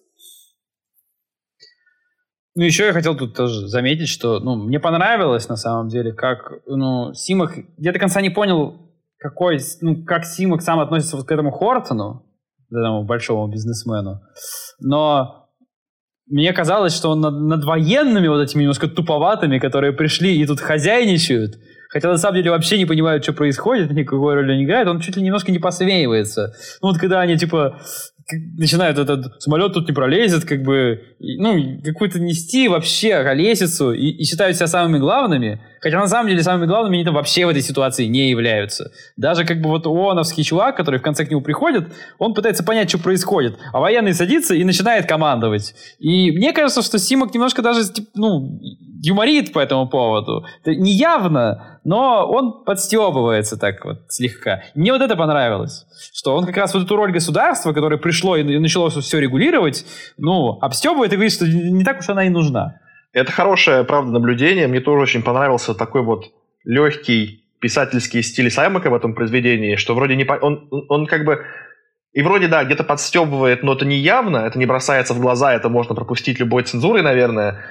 [SPEAKER 2] Еще я хотел тут тоже заметить, что, мне понравилось, на самом деле, как, Симак, я до конца не понял, как Симак сам относится вот к этому Хортону, этому большому бизнесмену, но мне казалось, что он над военными вот этими немножко туповатыми, которые пришли и тут хозяйничают, хотя на самом деле вообще не понимают, что происходит, никакой роли не играет, он чуть ли немножко не посмеивается. Когда они, начинают этот самолет тут не пролезет, какую-то нести вообще колесицу и считают себя самыми главными, хотя на самом деле самыми главными они там вообще в этой ситуации не являются. Даже ООНовский чувак, который в конце к нему приходит, он пытается понять, что происходит, а военный садится и начинает командовать. И мне кажется, что Симак немножко даже, юморит по этому поводу. Это не явно, но он подстебывается так вот слегка. Мне вот это понравилось, что он как раз вот эту роль государства, которое пришло и начало все регулировать, обстебывает и говорит, что не так уж она и нужна.
[SPEAKER 3] Это хорошее, правда, наблюдение. Мне тоже очень понравился такой вот легкий писательский стиль Саймака в этом произведении, что вроде он как бы и вроде, да, где-то подстебывает, но это не явно, это не бросается в глаза, это можно пропустить любой цензурой, наверное.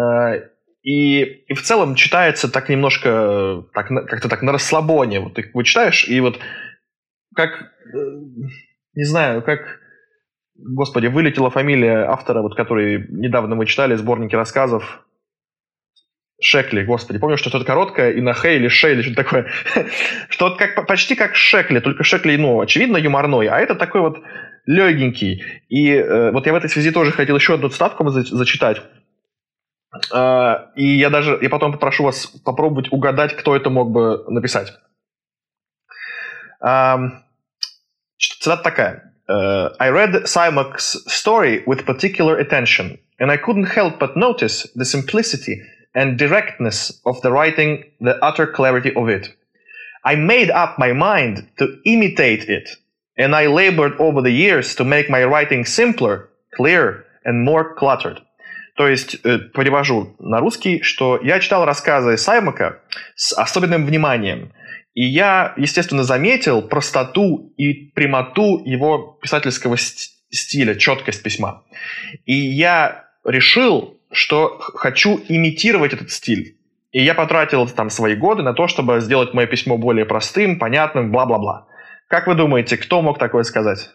[SPEAKER 3] И в целом читается так немножко, как-то так на расслабоне. Вот ты читаешь, и вот как, не знаю, как, господи, вылетела фамилия автора, вот который недавно мы читали, сборники рассказов, Шекли, господи, помню, что что-то короткое, и на Хэ или Ше, или что-то такое, что вот почти как Шекли, только Шекли, очевидно, юморной, а это такой вот легенький. И вот я в этой связи тоже хотел еще одну цитатку зачитать. И я потом попрошу вас попробовать угадать, кто это мог бы написать. Цитата такая. I read Symac's story with particular attention, and I couldn't help but notice the simplicity and directness of the writing, the utter clarity of it. I made up my mind to imitate it, and I labored over the years to make my writing simpler, clearer, and more cluttered. То есть, перевожу на русский, что я читал рассказы Саймака с особенным вниманием, и я, естественно, заметил простоту и прямоту его писательского стиля, четкость письма. И я решил, что хочу имитировать этот стиль. И я потратил там свои годы на то, чтобы сделать мое письмо более простым, понятным, бла-бла-бла. Как вы думаете, кто мог такое сказать?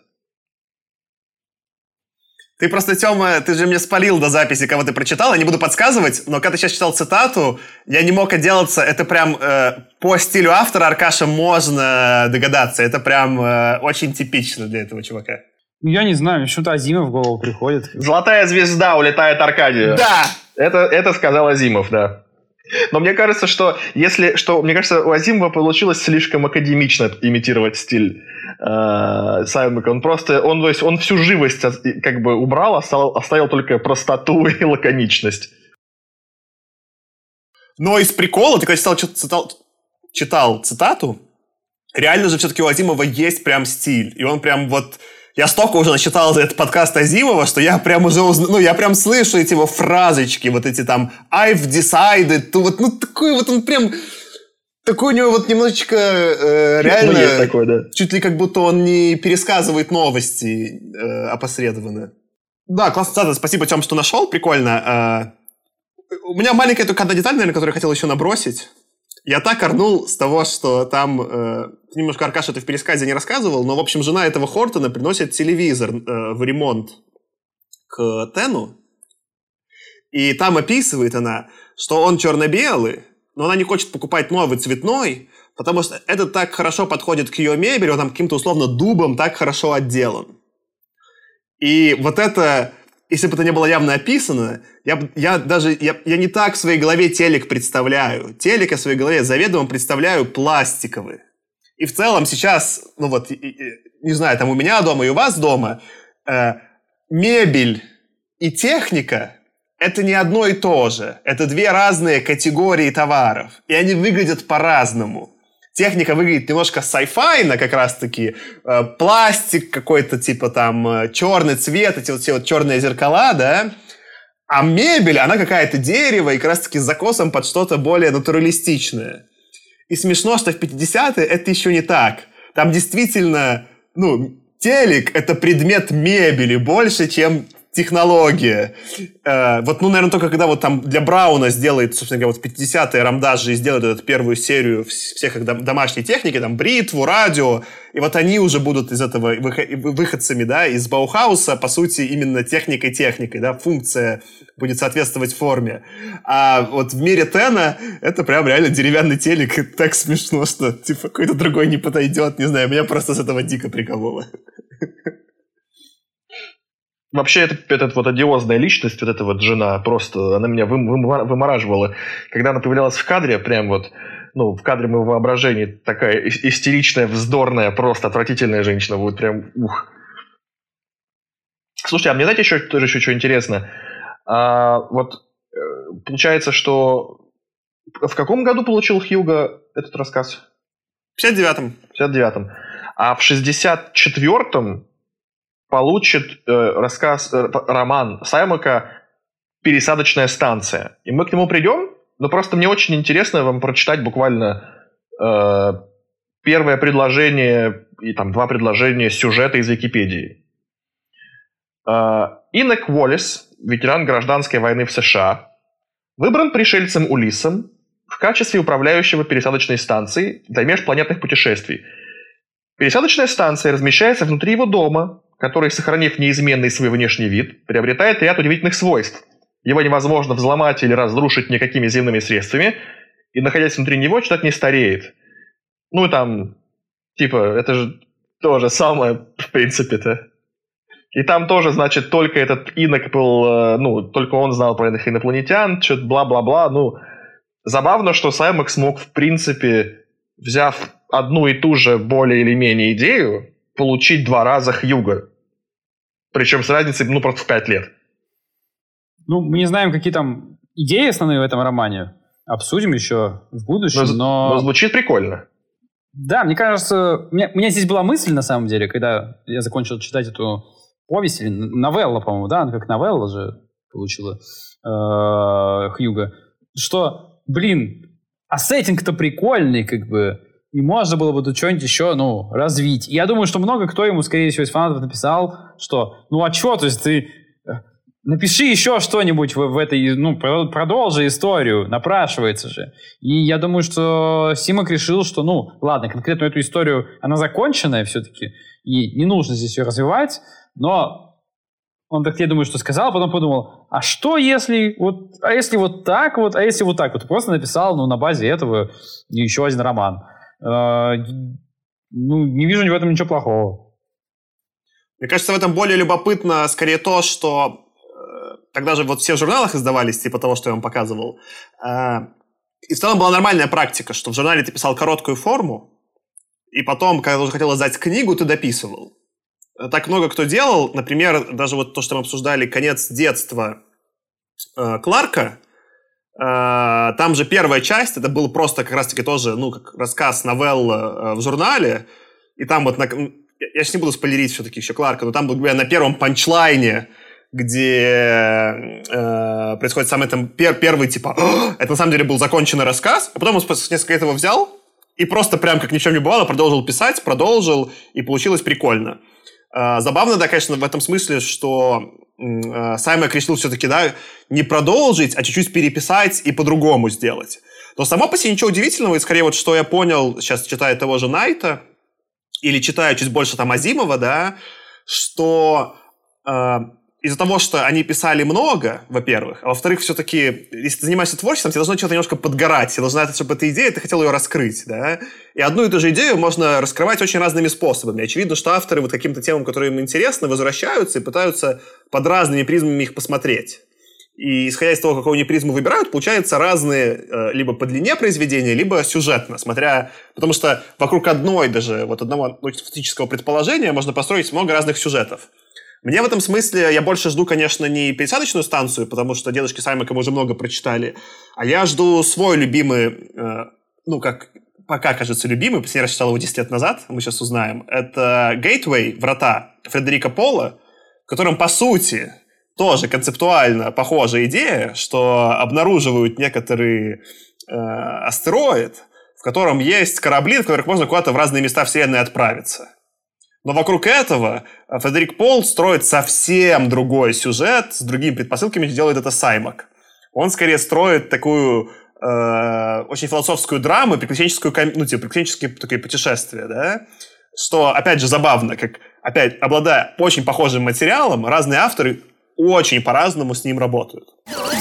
[SPEAKER 1] Ты просто, Тёма, ты же мне спалил до записи, кого ты прочитал. Я не буду подсказывать, но когда ты сейчас читал цитату, я не мог отделаться. Это прям по стилю автора, Аркаша, можно догадаться. Это прям очень типично для этого чувака.
[SPEAKER 2] Я не знаю, что-то Азимов в голову приходит.
[SPEAKER 3] «Золотая звезда улетает Аркадию».
[SPEAKER 1] Да!
[SPEAKER 3] Это сказал Азимов, да. Но мне кажется, мне кажется, у Азимова получилось слишком академично имитировать стиль Саймака. Он всю живость как бы убрал, оставил только простоту и лаконичность.
[SPEAKER 1] Но из прикола, ты когда читал цитату, реально же все-таки у Азимова есть прям стиль. И он прям вот... Я столько уже насчитал за этот подкаст Азимова, что я прям уже я прям слышу эти его фразочки, вот эти там I've decided, такой вот он прям... Такой у него вот немножечко реально...
[SPEAKER 3] есть такой, да.
[SPEAKER 1] Чуть ли как будто он не пересказывает новости опосредованно. Да, классно, цитата. Спасибо, Тём, что нашел. Прикольно. У меня маленькая только одна деталь, наверное, которую я хотел еще набросить. Я так орнул с того, что там... немножко, Аркаша, ты в пересказе не рассказывал, но, в общем, жена этого Хортона приносит телевизор в ремонт к Тену, и там описывает она, что он черно-белый, но она не хочет покупать новый цветной, потому что это так хорошо подходит к ее мебели, он там каким-то условно дубом так хорошо отделан. И вот это, если бы это не было явно описано, я не так в своей голове телек представляю. Телек я в своей голове заведомо представляю пластиковый. И в целом сейчас, ну вот, не знаю, там у меня дома и у вас дома, мебель и техника – это не одно и то же. Это две разные категории товаров. И они выглядят по-разному. Техника выглядит немножко sci-fi, как раз-таки. Пластик какой-то, типа там черный цвет, эти вот все вот черные зеркала, да? А мебель, она какая-то дерево и как раз-таки с закосом под что-то более натуралистичное. И смешно, что в 50-е это еще не так. Там действительно, телек — это предмет мебели больше, чем технология. Вот, наверное, только когда вот там для Брауна сделает, собственно говоря, вот в 50-е Рамдаш же сделает эту первую серию всех их домашней техники, там, бритву, радио, и вот они уже будут из этого выходцами, да, из Баухауса, по сути, именно техникой, да, функция будет соответствовать форме. А вот в мире Тена это прям реально деревянный телек, так смешно, что, типа, какой-то другой не подойдет, не знаю, меня просто с этого дико прикололо.
[SPEAKER 3] Вообще, эта вот одиозная личность, вот эта вот жена, просто она меня вымораживала. Когда она появлялась в кадре, прям вот, в кадре моего воображения, такая истеричная, вздорная, просто отвратительная женщина, будет прям, ух. Слушайте, а мне, знаете, еще что интересно? Вот получается, что в каком году получил Хьюго этот рассказ?
[SPEAKER 1] В 59-м.
[SPEAKER 3] В 59-м. А в 64-м получит роман Саймака «Пересадочная станция». И мы к нему придем, но просто мне очень интересно вам прочитать буквально первое предложение и там два предложения сюжета из Википедии. Инок Уоллес, ветеран гражданской войны в США, выбран пришельцем Улиссом в качестве управляющего пересадочной станции для межпланетных путешествий. Пересадочная станция размещается внутри его дома, который, сохранив неизменный свой внешний вид, приобретает ряд удивительных свойств. Его невозможно взломать или разрушить никакими земными средствами, и, находясь внутри него, человек не стареет. И там, типа, это же то же самое, в принципе-то. И там тоже, значит, только этот инок был, только он знал про этих инопланетян, что-то бла-бла-бла. Забавно, что Саймак смог, в принципе, взяв одну и ту же более или менее идею, получить 2 раза Хьюго. Причем с разницей, просто в 5 лет.
[SPEAKER 2] Мы не знаем, какие там идеи основные в этом романе. Обсудим еще в будущем,
[SPEAKER 3] но звучит прикольно.
[SPEAKER 2] Да, мне кажется... У меня здесь была мысль, на самом деле, когда я закончил читать эту повесть, или новелла, по-моему, да? Она как новелла же получила Хьюго. Что, а сеттинг-то прикольный, как бы... И можно было бы тут что-нибудь еще, развить. И я думаю, что много кто ему, скорее всего, из фанатов написал, что, а что, то есть ты напиши еще что-нибудь в этой, продолжи историю, напрашивается же. И я думаю, что Симак решил, что, ладно, конкретно эту историю, она законченная все-таки, и не нужно здесь ее развивать, но он так, я думаю, что сказал, потом подумал, а что если вот так вот, а если вот так вот? И просто написал, на базе этого еще один роман. Не вижу в этом ничего плохого.
[SPEAKER 1] Мне кажется, в этом более любопытно скорее то, что тогда же вот все в журналах издавались, типа того, что я вам показывал. И в целом была нормальная практика, что в журнале ты писал короткую форму, и потом, когда уже хотел издать книгу, ты дописывал. Так много кто делал. Например, даже вот то, что мы обсуждали, «Конец детства» Кларка. Там же первая часть, это был просто как раз-таки тоже, как рассказ, новелла в журнале, и там вот, я сейчас не буду спойлерить все-таки еще Кларка, но там, на первом панчлайне, где происходит самый там первый, типа, это на самом деле был законченный рассказ, а потом он несколько этого взял и просто прям как ни в чем не бывало продолжил писать, и получилось прикольно. Забавно, да, конечно, в этом смысле, что Саймак решил все-таки, да, не продолжить, а чуть-чуть переписать и по-другому сделать. Но само по себе ничего удивительного, и скорее вот что я понял, сейчас читая того же Найта, или читая чуть больше там Азимова, да, что из-за того, что они писали много, во-первых, а во-вторых, все-таки, если ты занимаешься творчеством, тебе должно что-то немножко подгорать, тебе должна, чтобы эта идея, ты хотел ее раскрыть, да, и одну и ту же идею можно раскрывать очень разными способами. Очевидно, что авторы вот каким-то темам, которые им интересны, возвращаются и пытаются под разными призмами их посмотреть. И исходя из того, какую они призму выбирают, получаются разные либо по длине произведения, либо сюжетно, смотря... Потому что вокруг одного фактического предположения можно построить много разных сюжетов. Мне в этом смысле, я больше жду, конечно, не пересадочную станцию, потому что «Дедушки Саймака» мы уже много прочитали, а я жду свой любимый, как пока кажется любимый, последний раз читал его 10 лет назад, мы сейчас узнаем. Это «Gateway», «Врата» Фредерико Пола, в котором, по сути, тоже концептуально похожая идея, что обнаруживают некоторый астероид, в котором есть корабли, в которых можно куда-то в разные места Вселенной отправиться. Но вокруг этого Фредерик Пол строит совсем другой сюжет, с другими предпосылками делает это Саймак. Он скорее строит такую очень философскую драму, приключенческие такие путешествия, да? Что, опять же, забавно, как, опять, обладая очень похожим материалом, разные авторы очень по-разному с ним работают.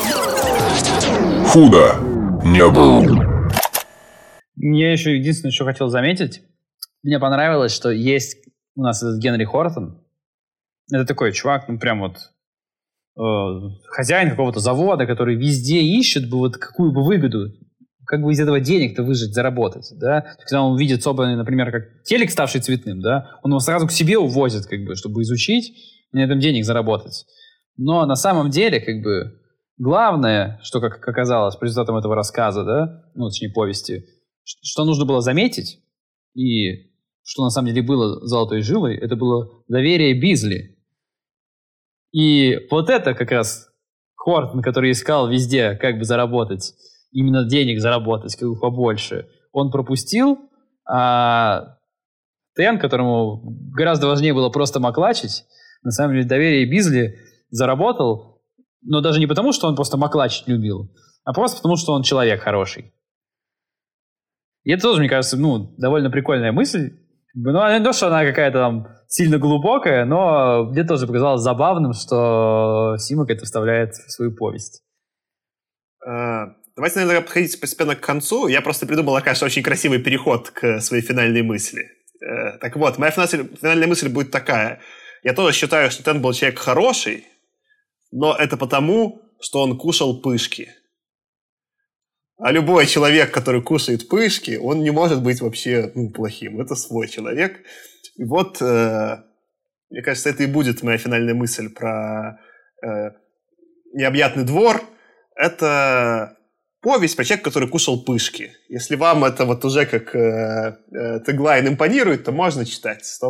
[SPEAKER 4] Худо не было.
[SPEAKER 2] Я еще единственное, что хотел заметить, мне понравилось, что есть у нас этот Генри Хортон. Это такой чувак, прям вот хозяин какого-то завода, который везде ищет бы вот какую бы выгоду, как бы из этого денег-то выжить, заработать, да. Когда он видит собранный, например, как телек, ставший цветным, да, он его сразу к себе увозит, как бы, чтобы изучить и на этом денег заработать. Но на самом деле, как бы, главное, что, как оказалось, по результатам этого рассказа, да, точнее, повести, что нужно было заметить, и что на самом деле было золотой жилой, это было доверие Бизли. И вот это как раз Хортон, который искал везде, как бы заработать, именно денег заработать, как бы побольше, он пропустил, а Тен, которому гораздо важнее было просто маклачить, на самом деле доверие Бизли заработал, но даже не потому, что он просто маклачить любил, а просто потому, что он человек хороший. И это тоже, мне кажется, довольно прикольная мысль. Не то, что она какая-то там сильно глубокая, но мне тоже показалось забавным, что Симак это вставляет в свою повесть.
[SPEAKER 1] Давайте, наверное, подходить постепенно к концу. Я просто придумал, конечно, очень красивый переход к своей финальной мысли. Так вот, моя финальная мысль будет такая. Я тоже считаю, что Тен был человек хороший, но это потому, что он кушал пышки. А любой человек, который кушает пышки, он не может быть вообще плохим. Это свой человек. И вот, мне кажется, это и будет моя финальная мысль про необъятный двор. Это повесть про человека, который кушал пышки. Если вам это вот уже как теглайн импонирует, то можно читать 100%.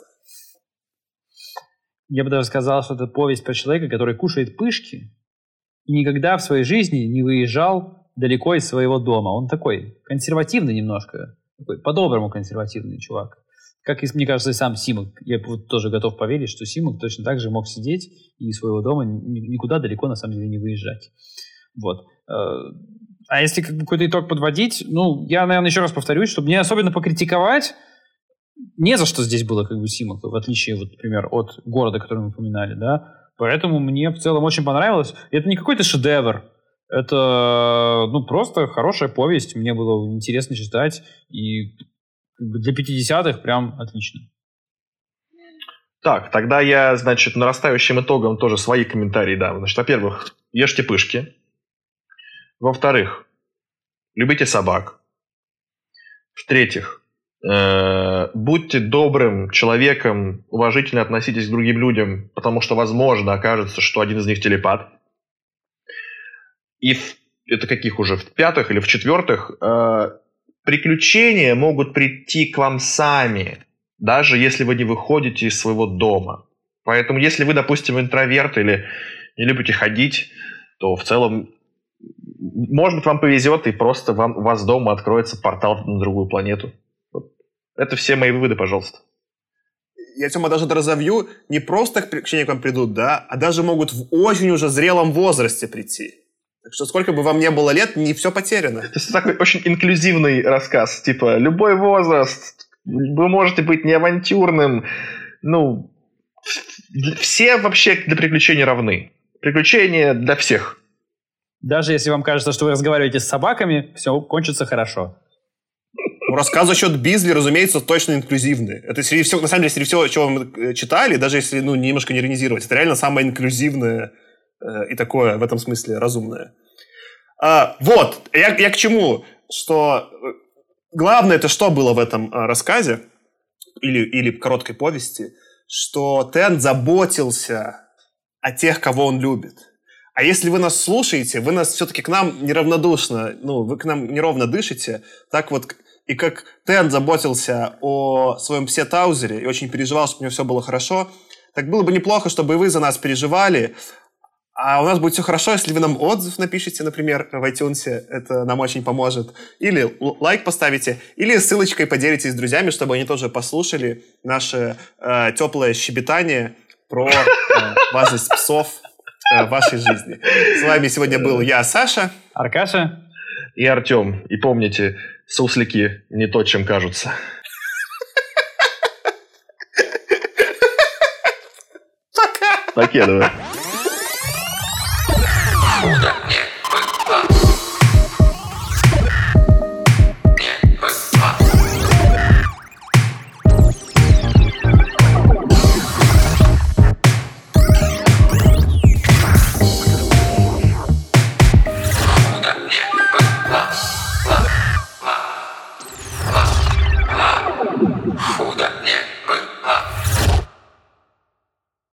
[SPEAKER 2] Я бы даже сказал, что это повесть про человека, который кушает пышки и никогда в своей жизни не выезжал далеко из своего дома. Он такой консервативный немножко, такой по-доброму консервативный чувак. Как, мне кажется, и сам Симак. Я вот тоже готов поверить, что Симак точно так же мог сидеть и из своего дома никуда далеко на самом деле не выезжать. Вот. А если какой-то итог подводить, я, наверное, еще раз повторюсь, чтобы не особенно покритиковать, не за что здесь было как бы Симака, в отличие, вот, например, от города, который мы упоминали, да. Поэтому мне в целом очень понравилось. Это не какой-то шедевр. Это, просто хорошая повесть. Мне было интересно читать. И для 50-х прям отлично.
[SPEAKER 3] Так, тогда я, нарастающим итогом тоже свои комментарии дам. Во-первых, ешьте пышки. Во-вторых, любите собак. В-третьих, будьте добрым человеком, уважительно относитесь к другим людям, потому что, возможно, окажется, что один из них телепат. И это каких уже? В-пятых или в-четвертых, приключения могут прийти к вам сами, даже если вы не выходите из своего дома. Поэтому, если вы, допустим, интроверт или не любите ходить, то в целом, может быть, вам повезет, и просто у вас дома откроется портал на другую планету. Вот. Это все мои выводы, пожалуйста.
[SPEAKER 1] Я, Тёма, даже разовью, не просто приключения к вам придут, да, а даже могут в очень уже зрелом возрасте прийти. Так что сколько бы вам не было лет, не все потеряно.
[SPEAKER 3] Это такой очень инклюзивный рассказ. Типа, любой возраст, вы можете быть не авантюрным, Все вообще для приключений равны. Приключения для всех.
[SPEAKER 2] Даже если вам кажется, что вы разговариваете с собаками, все кончится хорошо.
[SPEAKER 1] Рассказ за счет Бизли, разумеется, точно инклюзивный. Это среди всего, на самом деле, среди всего, чего мы читали, даже если немножко не иронизировать, это реально самое инклюзивное и такое, в этом смысле, разумное. Вот, я к чему? Что главное, это что было в этом рассказе, или короткой повести, что Тент заботился о тех, кого он любит. А если вы нас слушаете, вы нас все-таки к нам неравнодушно, вы к нам неровно дышите, так вот, и как Тент заботился о своем псе Таузере и очень переживал, чтобы у него все было хорошо, так было бы неплохо, чтобы и вы за нас переживали, а у нас будет все хорошо, если вы нам отзыв напишите, например, в iTunes, это нам очень поможет, или лайк поставите, или ссылочкой поделитесь с друзьями, чтобы они тоже послушали наше теплое щебетание про важность псов в вашей жизни. С вами сегодня был я, Саша.
[SPEAKER 2] Аркаша.
[SPEAKER 3] И Артем. И помните, суслики не то, чем кажутся.
[SPEAKER 1] Пока.
[SPEAKER 3] Покедывай.